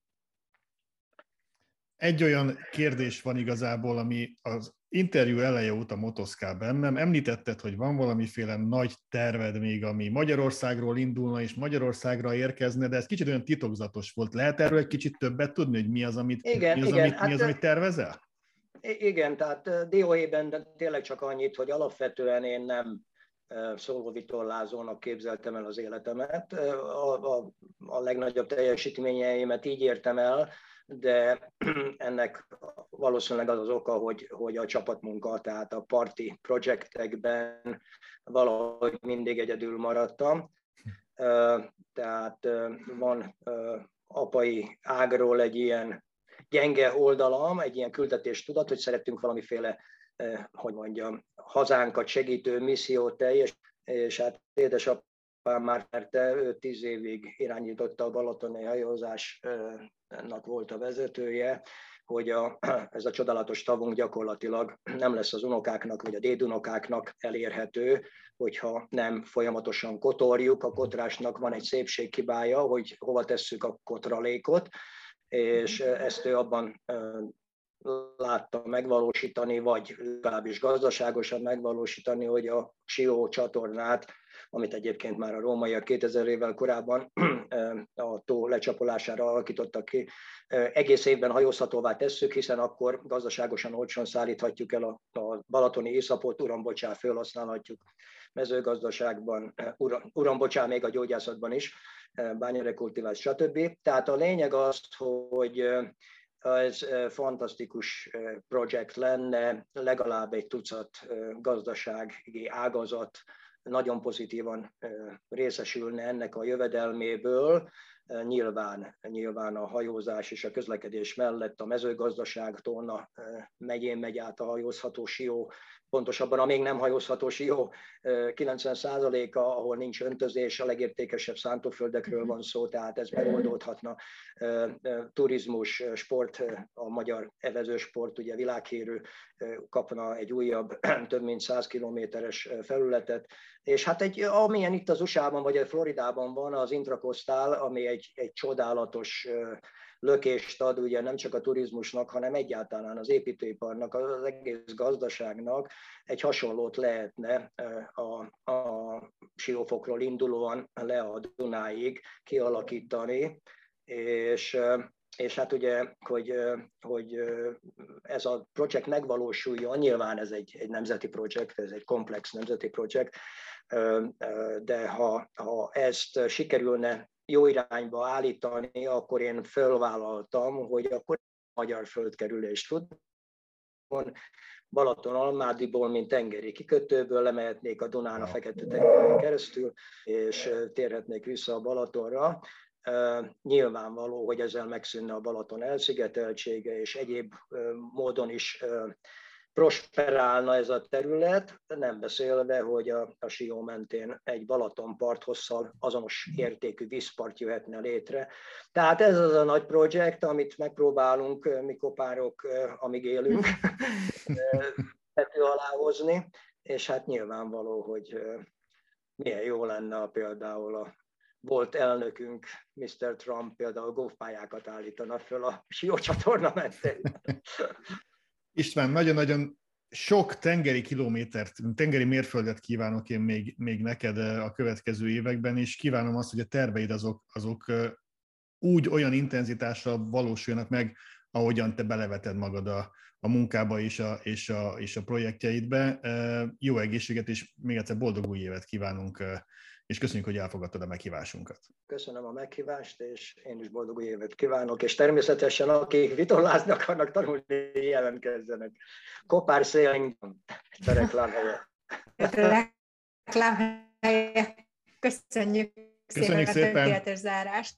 Egy olyan kérdés van igazából, ami az interjú eleje óta motoszkál bennem. Említetted, hogy van valamiféle nagy terved még, ami Magyarországról indulna és Magyarországra érkezne, de ez kicsit olyan titokzatos volt. Lehet erről egy kicsit többet tudni, hogy mi az, amit tervezel? Igen, tehát dióhéjban tényleg csak annyit, hogy alapvetően én nem szólóvitorlázónak képzeltem el az életemet. A legnagyobb teljesítményeimet így értem el, de ennek valószínűleg az az oka, hogy a csapatmunka, tehát a parti projektekben valahogy mindig egyedül maradtam. Tehát van apai ágról egy ilyen gyenge oldalam, egy ilyen küldetéstudat, hogy szerettünk valamiféle, hogy mondjam, hazánkat segítő missziót teljes, és hát édesapám már merte, ő 10 évig irányította a balatoni hajózásnak volt a vezetője, hogy ez a csodálatos tavunk gyakorlatilag nem lesz az unokáknak vagy a dédunokáknak elérhető, hogyha nem folyamatosan kotorjuk. A kotrásnak van egy szépséghibája, hogy hova tesszük a kotralékot, és ezt ő abban látta megvalósítani, vagy legalábbis gazdaságosan megvalósítani, hogy a Sió csatornát, amit egyébként már a rómaiak 2000 évvel korábban a tó lecsapolására alakítottak ki, egész évben hajózhatóvá tesszük, hiszen akkor gazdaságosan olcsón szállíthatjuk el a balatoni iszapot, urambocsá, felhasználhatjuk mezőgazdaságban, urambocsá, még a gyógyászatban is, bányarekultiválás, stb. Tehát a lényeg az, hogy ez fantasztikus projekt lenne, legalább egy tucat gazdasági ágazat nagyon pozitívan részesülne ennek a jövedelméből, Nyilván a hajózás és a közlekedés mellett a mezőgazdaság, Tolna megyén megy át a hajózható sió, pontosabban a még nem hajózható sió 90%-a, ahol nincs öntözés, a legértékesebb szántóföldekről van szó, tehát ez megoldódhatna. Turizmus, sport, a magyar evezősport, ugye világhírű, kapna egy újabb, több mint 100 kilométeres felületet, és hát amilyen itt az USA-ban vagy a Floridában van az Intracoastal, ami egy csodálatos lökést ad ugye nem csak a turizmusnak, hanem egyáltalán az építőiparnak, az egész gazdaságnak egy hasonlót lehetne a Siófokról indulóan le a Dunáig kialakítani, és hát ugye, hogy ez a projekt megvalósuljon, nyilván ez egy nemzeti projekt, ez egy komplex nemzeti projekt, de ha ezt sikerülne jó irányba állítani, akkor én fölvállaltam, hogy akkor magyar földkerülést tud. Balaton-Almádiból, mint tengeri kikötőből lemehetnék a Dunán a Fekete-tengeren keresztül, és térhetnék vissza a Balatonra. Nyilvánvaló, hogy ezzel megszűnne a Balaton elszigeteltsége, és egyéb módon is prosperálna ez a terület, nem beszélve, hogy a Sió mentén egy Balatonparthosszal azonos értékű vízpart jöhetne létre. Tehát ez az a nagy projekt, amit megpróbálunk mi kopárok, amíg élünk, tető alá hozni, és hát nyilvánvaló, hogy milyen jó lenne például a volt elnökünk, Mr. Trump például golfpályákat állítana föl a Sió csatorna mentén. István, nagyon-nagyon sok tengeri kilométert, tengeri mérföldet kívánok én még neked a következő években, és kívánom azt, hogy a terveid azok úgy olyan intenzitással valósuljanak meg, ahogyan te beleveted magad a munkába és a projektjeidbe. Jó egészséget, és még egyszer boldog új évet kívánunk, és köszönjük, hogy elfogadtad a meghívásunkat. Köszönöm a meghívást, és én is boldog új évet kívánok, és természetesen akik vitorlázni akarnak tanulni, jelentkezzenek. Kopár Sailing, a reklámhelye. Köszönjük szépen a tökéletes zárást.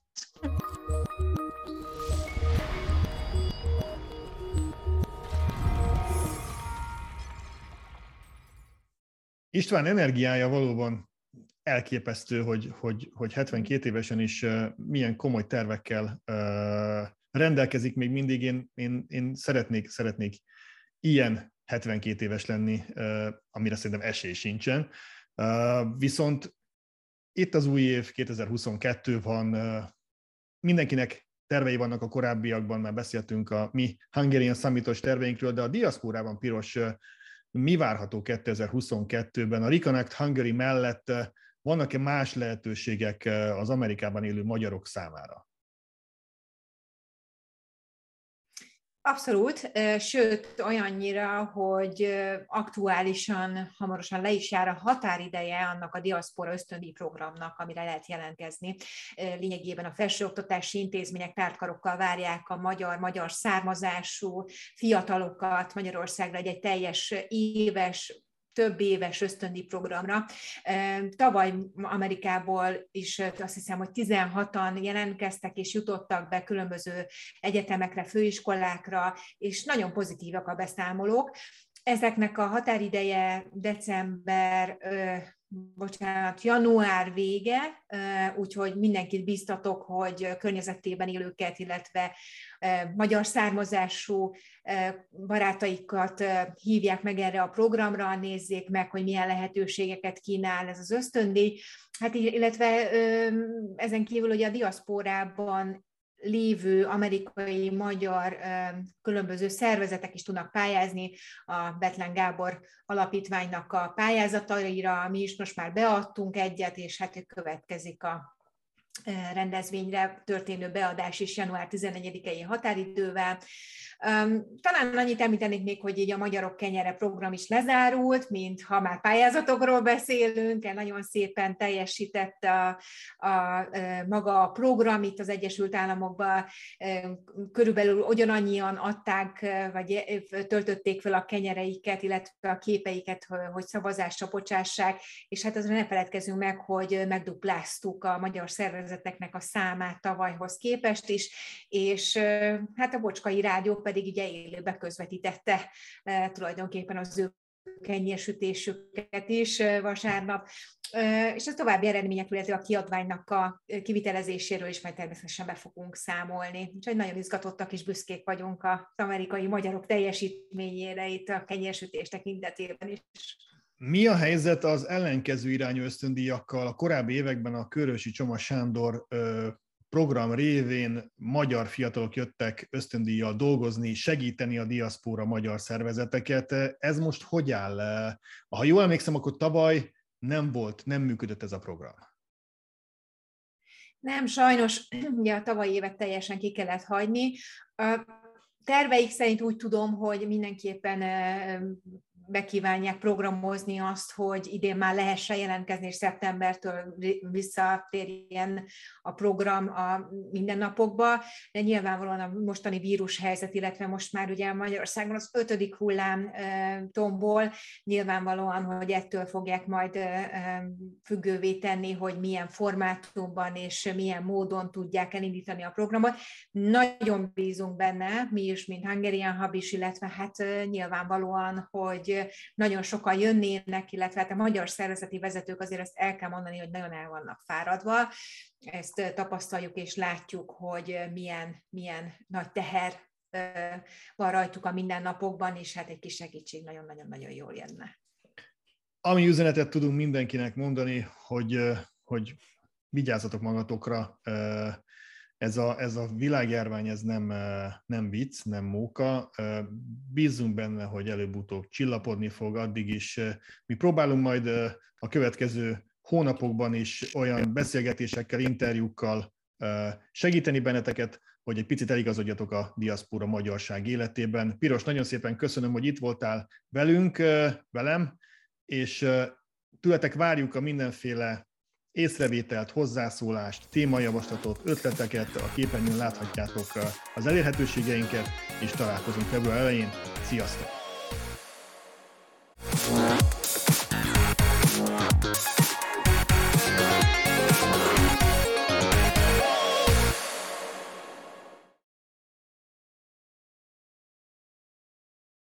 István energiája valóban elképesztő, hogy 72 évesen is milyen komoly tervekkel rendelkezik még mindig. Én szeretnék ilyen 72 éves lenni, amire szerintem esély sincsen. Viszont itt az új év, 2022 van, mindenkinek tervei vannak a korábbiakban, már beszéltünk a mi Hungarian Summitos terveinkről, de a diaszpórában piros mi várható 2022-ben? A Reconnect Hungary mellett vannak-e más lehetőségek az Amerikában élő magyarok számára? Abszolút, sőt olyannyira, hogy aktuálisan hamarosan le is jár a határideje annak a diaszpora ösztöndíj programnak, amire lehet jelentkezni. Lényegében a felsőoktatási intézmények tártkarokkal várják a magyar származású fiatalokat Magyarországra egy teljes éves, több éves ösztöndíj programra. Tavaly Amerikából is azt hiszem, hogy 16-an jelentkeztek és jutottak be különböző egyetemekre, főiskolákra, és nagyon pozitívak a beszámolók. Ezeknek a határideje január vége, úgyhogy mindenkit bíztatok, hogy környezetében élőket, illetve magyar származású barátaikat hívják meg erre a programra, nézzék meg, hogy milyen lehetőségeket kínál ez az ösztöndíj. Hát, illetve ezen kívül, hogy a diaszpórában lévő amerikai, magyar különböző szervezetek is tudnak pályázni a Bethlen Gábor Alapítványnak a pályázataira. Mi is most már beadtunk egyet, és hát következik a rendezvényre történő beadás is január 14-i határidővel. Talán annyit említenék még, hogy így a Magyarok Kenyere program is lezárult, mint ha már pályázatokról beszélünk, nagyon szépen teljesített maga a program itt az Egyesült Államokban, körülbelül ugyanannyian adták, vagy töltötték fel a kenyereiket, illetve a képeiket, hogy szavazásra bocsássák, és hát azra ne feledkezzünk meg, hogy megdupláztuk a magyar szervezet szervezeteknek a számát tavalyhoz képest is, és hát a Bocskai Rádió pedig ugye élőbe közvetítette tulajdonképpen az ő kenyérsütésüket is vasárnap, és a további eredményekről, illetve a kiadványnak a kivitelezéséről is majd természetesen be fogunk számolni. Úgyhogy nagyon izgatottak és büszkék vagyunk az amerikai magyarok teljesítményére itt a kenyérsütés tekintetében is. Mi a helyzet az ellenkező irányú ösztöndíjakkal? A korábbi években a Körösi Csoma Sándor program révén magyar fiatalok jöttek ösztöndíjjal dolgozni, segíteni a diaszpóra magyar szervezeteket. Ez most hogy áll? Ha jól emlékszem, akkor tavaly nem működött ez a program. Nem, sajnos ugye a tavalyi évet teljesen ki kellett hagyni. A terveik szerint úgy tudom, hogy mindenképpen bekívánják programozni azt, hogy idén már lehessen jelentkezni, és szeptembertől visszatérjen a program a mindennapokba, de nyilvánvalóan a mostani vírushelyzet, illetve most már ugye Magyarországon az 5. hullám tombol, nyilvánvalóan, hogy ettől fogják majd függővé tenni, hogy milyen formátumban és milyen módon tudják elindítani a programot. Nagyon bízunk benne, mi is, mint Hungarian Hub is, illetve hát nyilvánvalóan, hogy nagyon sokan jönnének, illetve hát a magyar szervezeti vezetők azért ezt el kell mondani, hogy nagyon el vannak fáradva. Ezt tapasztaljuk és látjuk, hogy milyen nagy teher van rajtuk a mindennapokban, és hát egy kis segítség nagyon-nagyon jól jönne. Ami üzenetet tudunk mindenkinek mondani, hogy vigyázzatok magatokra, ez a világjárvány, ez nem vicc, nem móka. Bízzunk benne, hogy előbb-utóbb csillapodni fog, addig is. Mi próbálunk majd a következő hónapokban is olyan beszélgetésekkel, interjúkkal segíteni benneteket, hogy egy picit eligazodjatok a diaszpóra magyarság életében. Piros, nagyon szépen köszönöm, hogy itt voltál velem, és tőletek várjuk a mindenféle észrevételt, hozzászólást, témajavaslatot, ötleteket, a képernyőn láthatjátok az elérhetőségeinket, és találkozunk február elején. Sziasztok!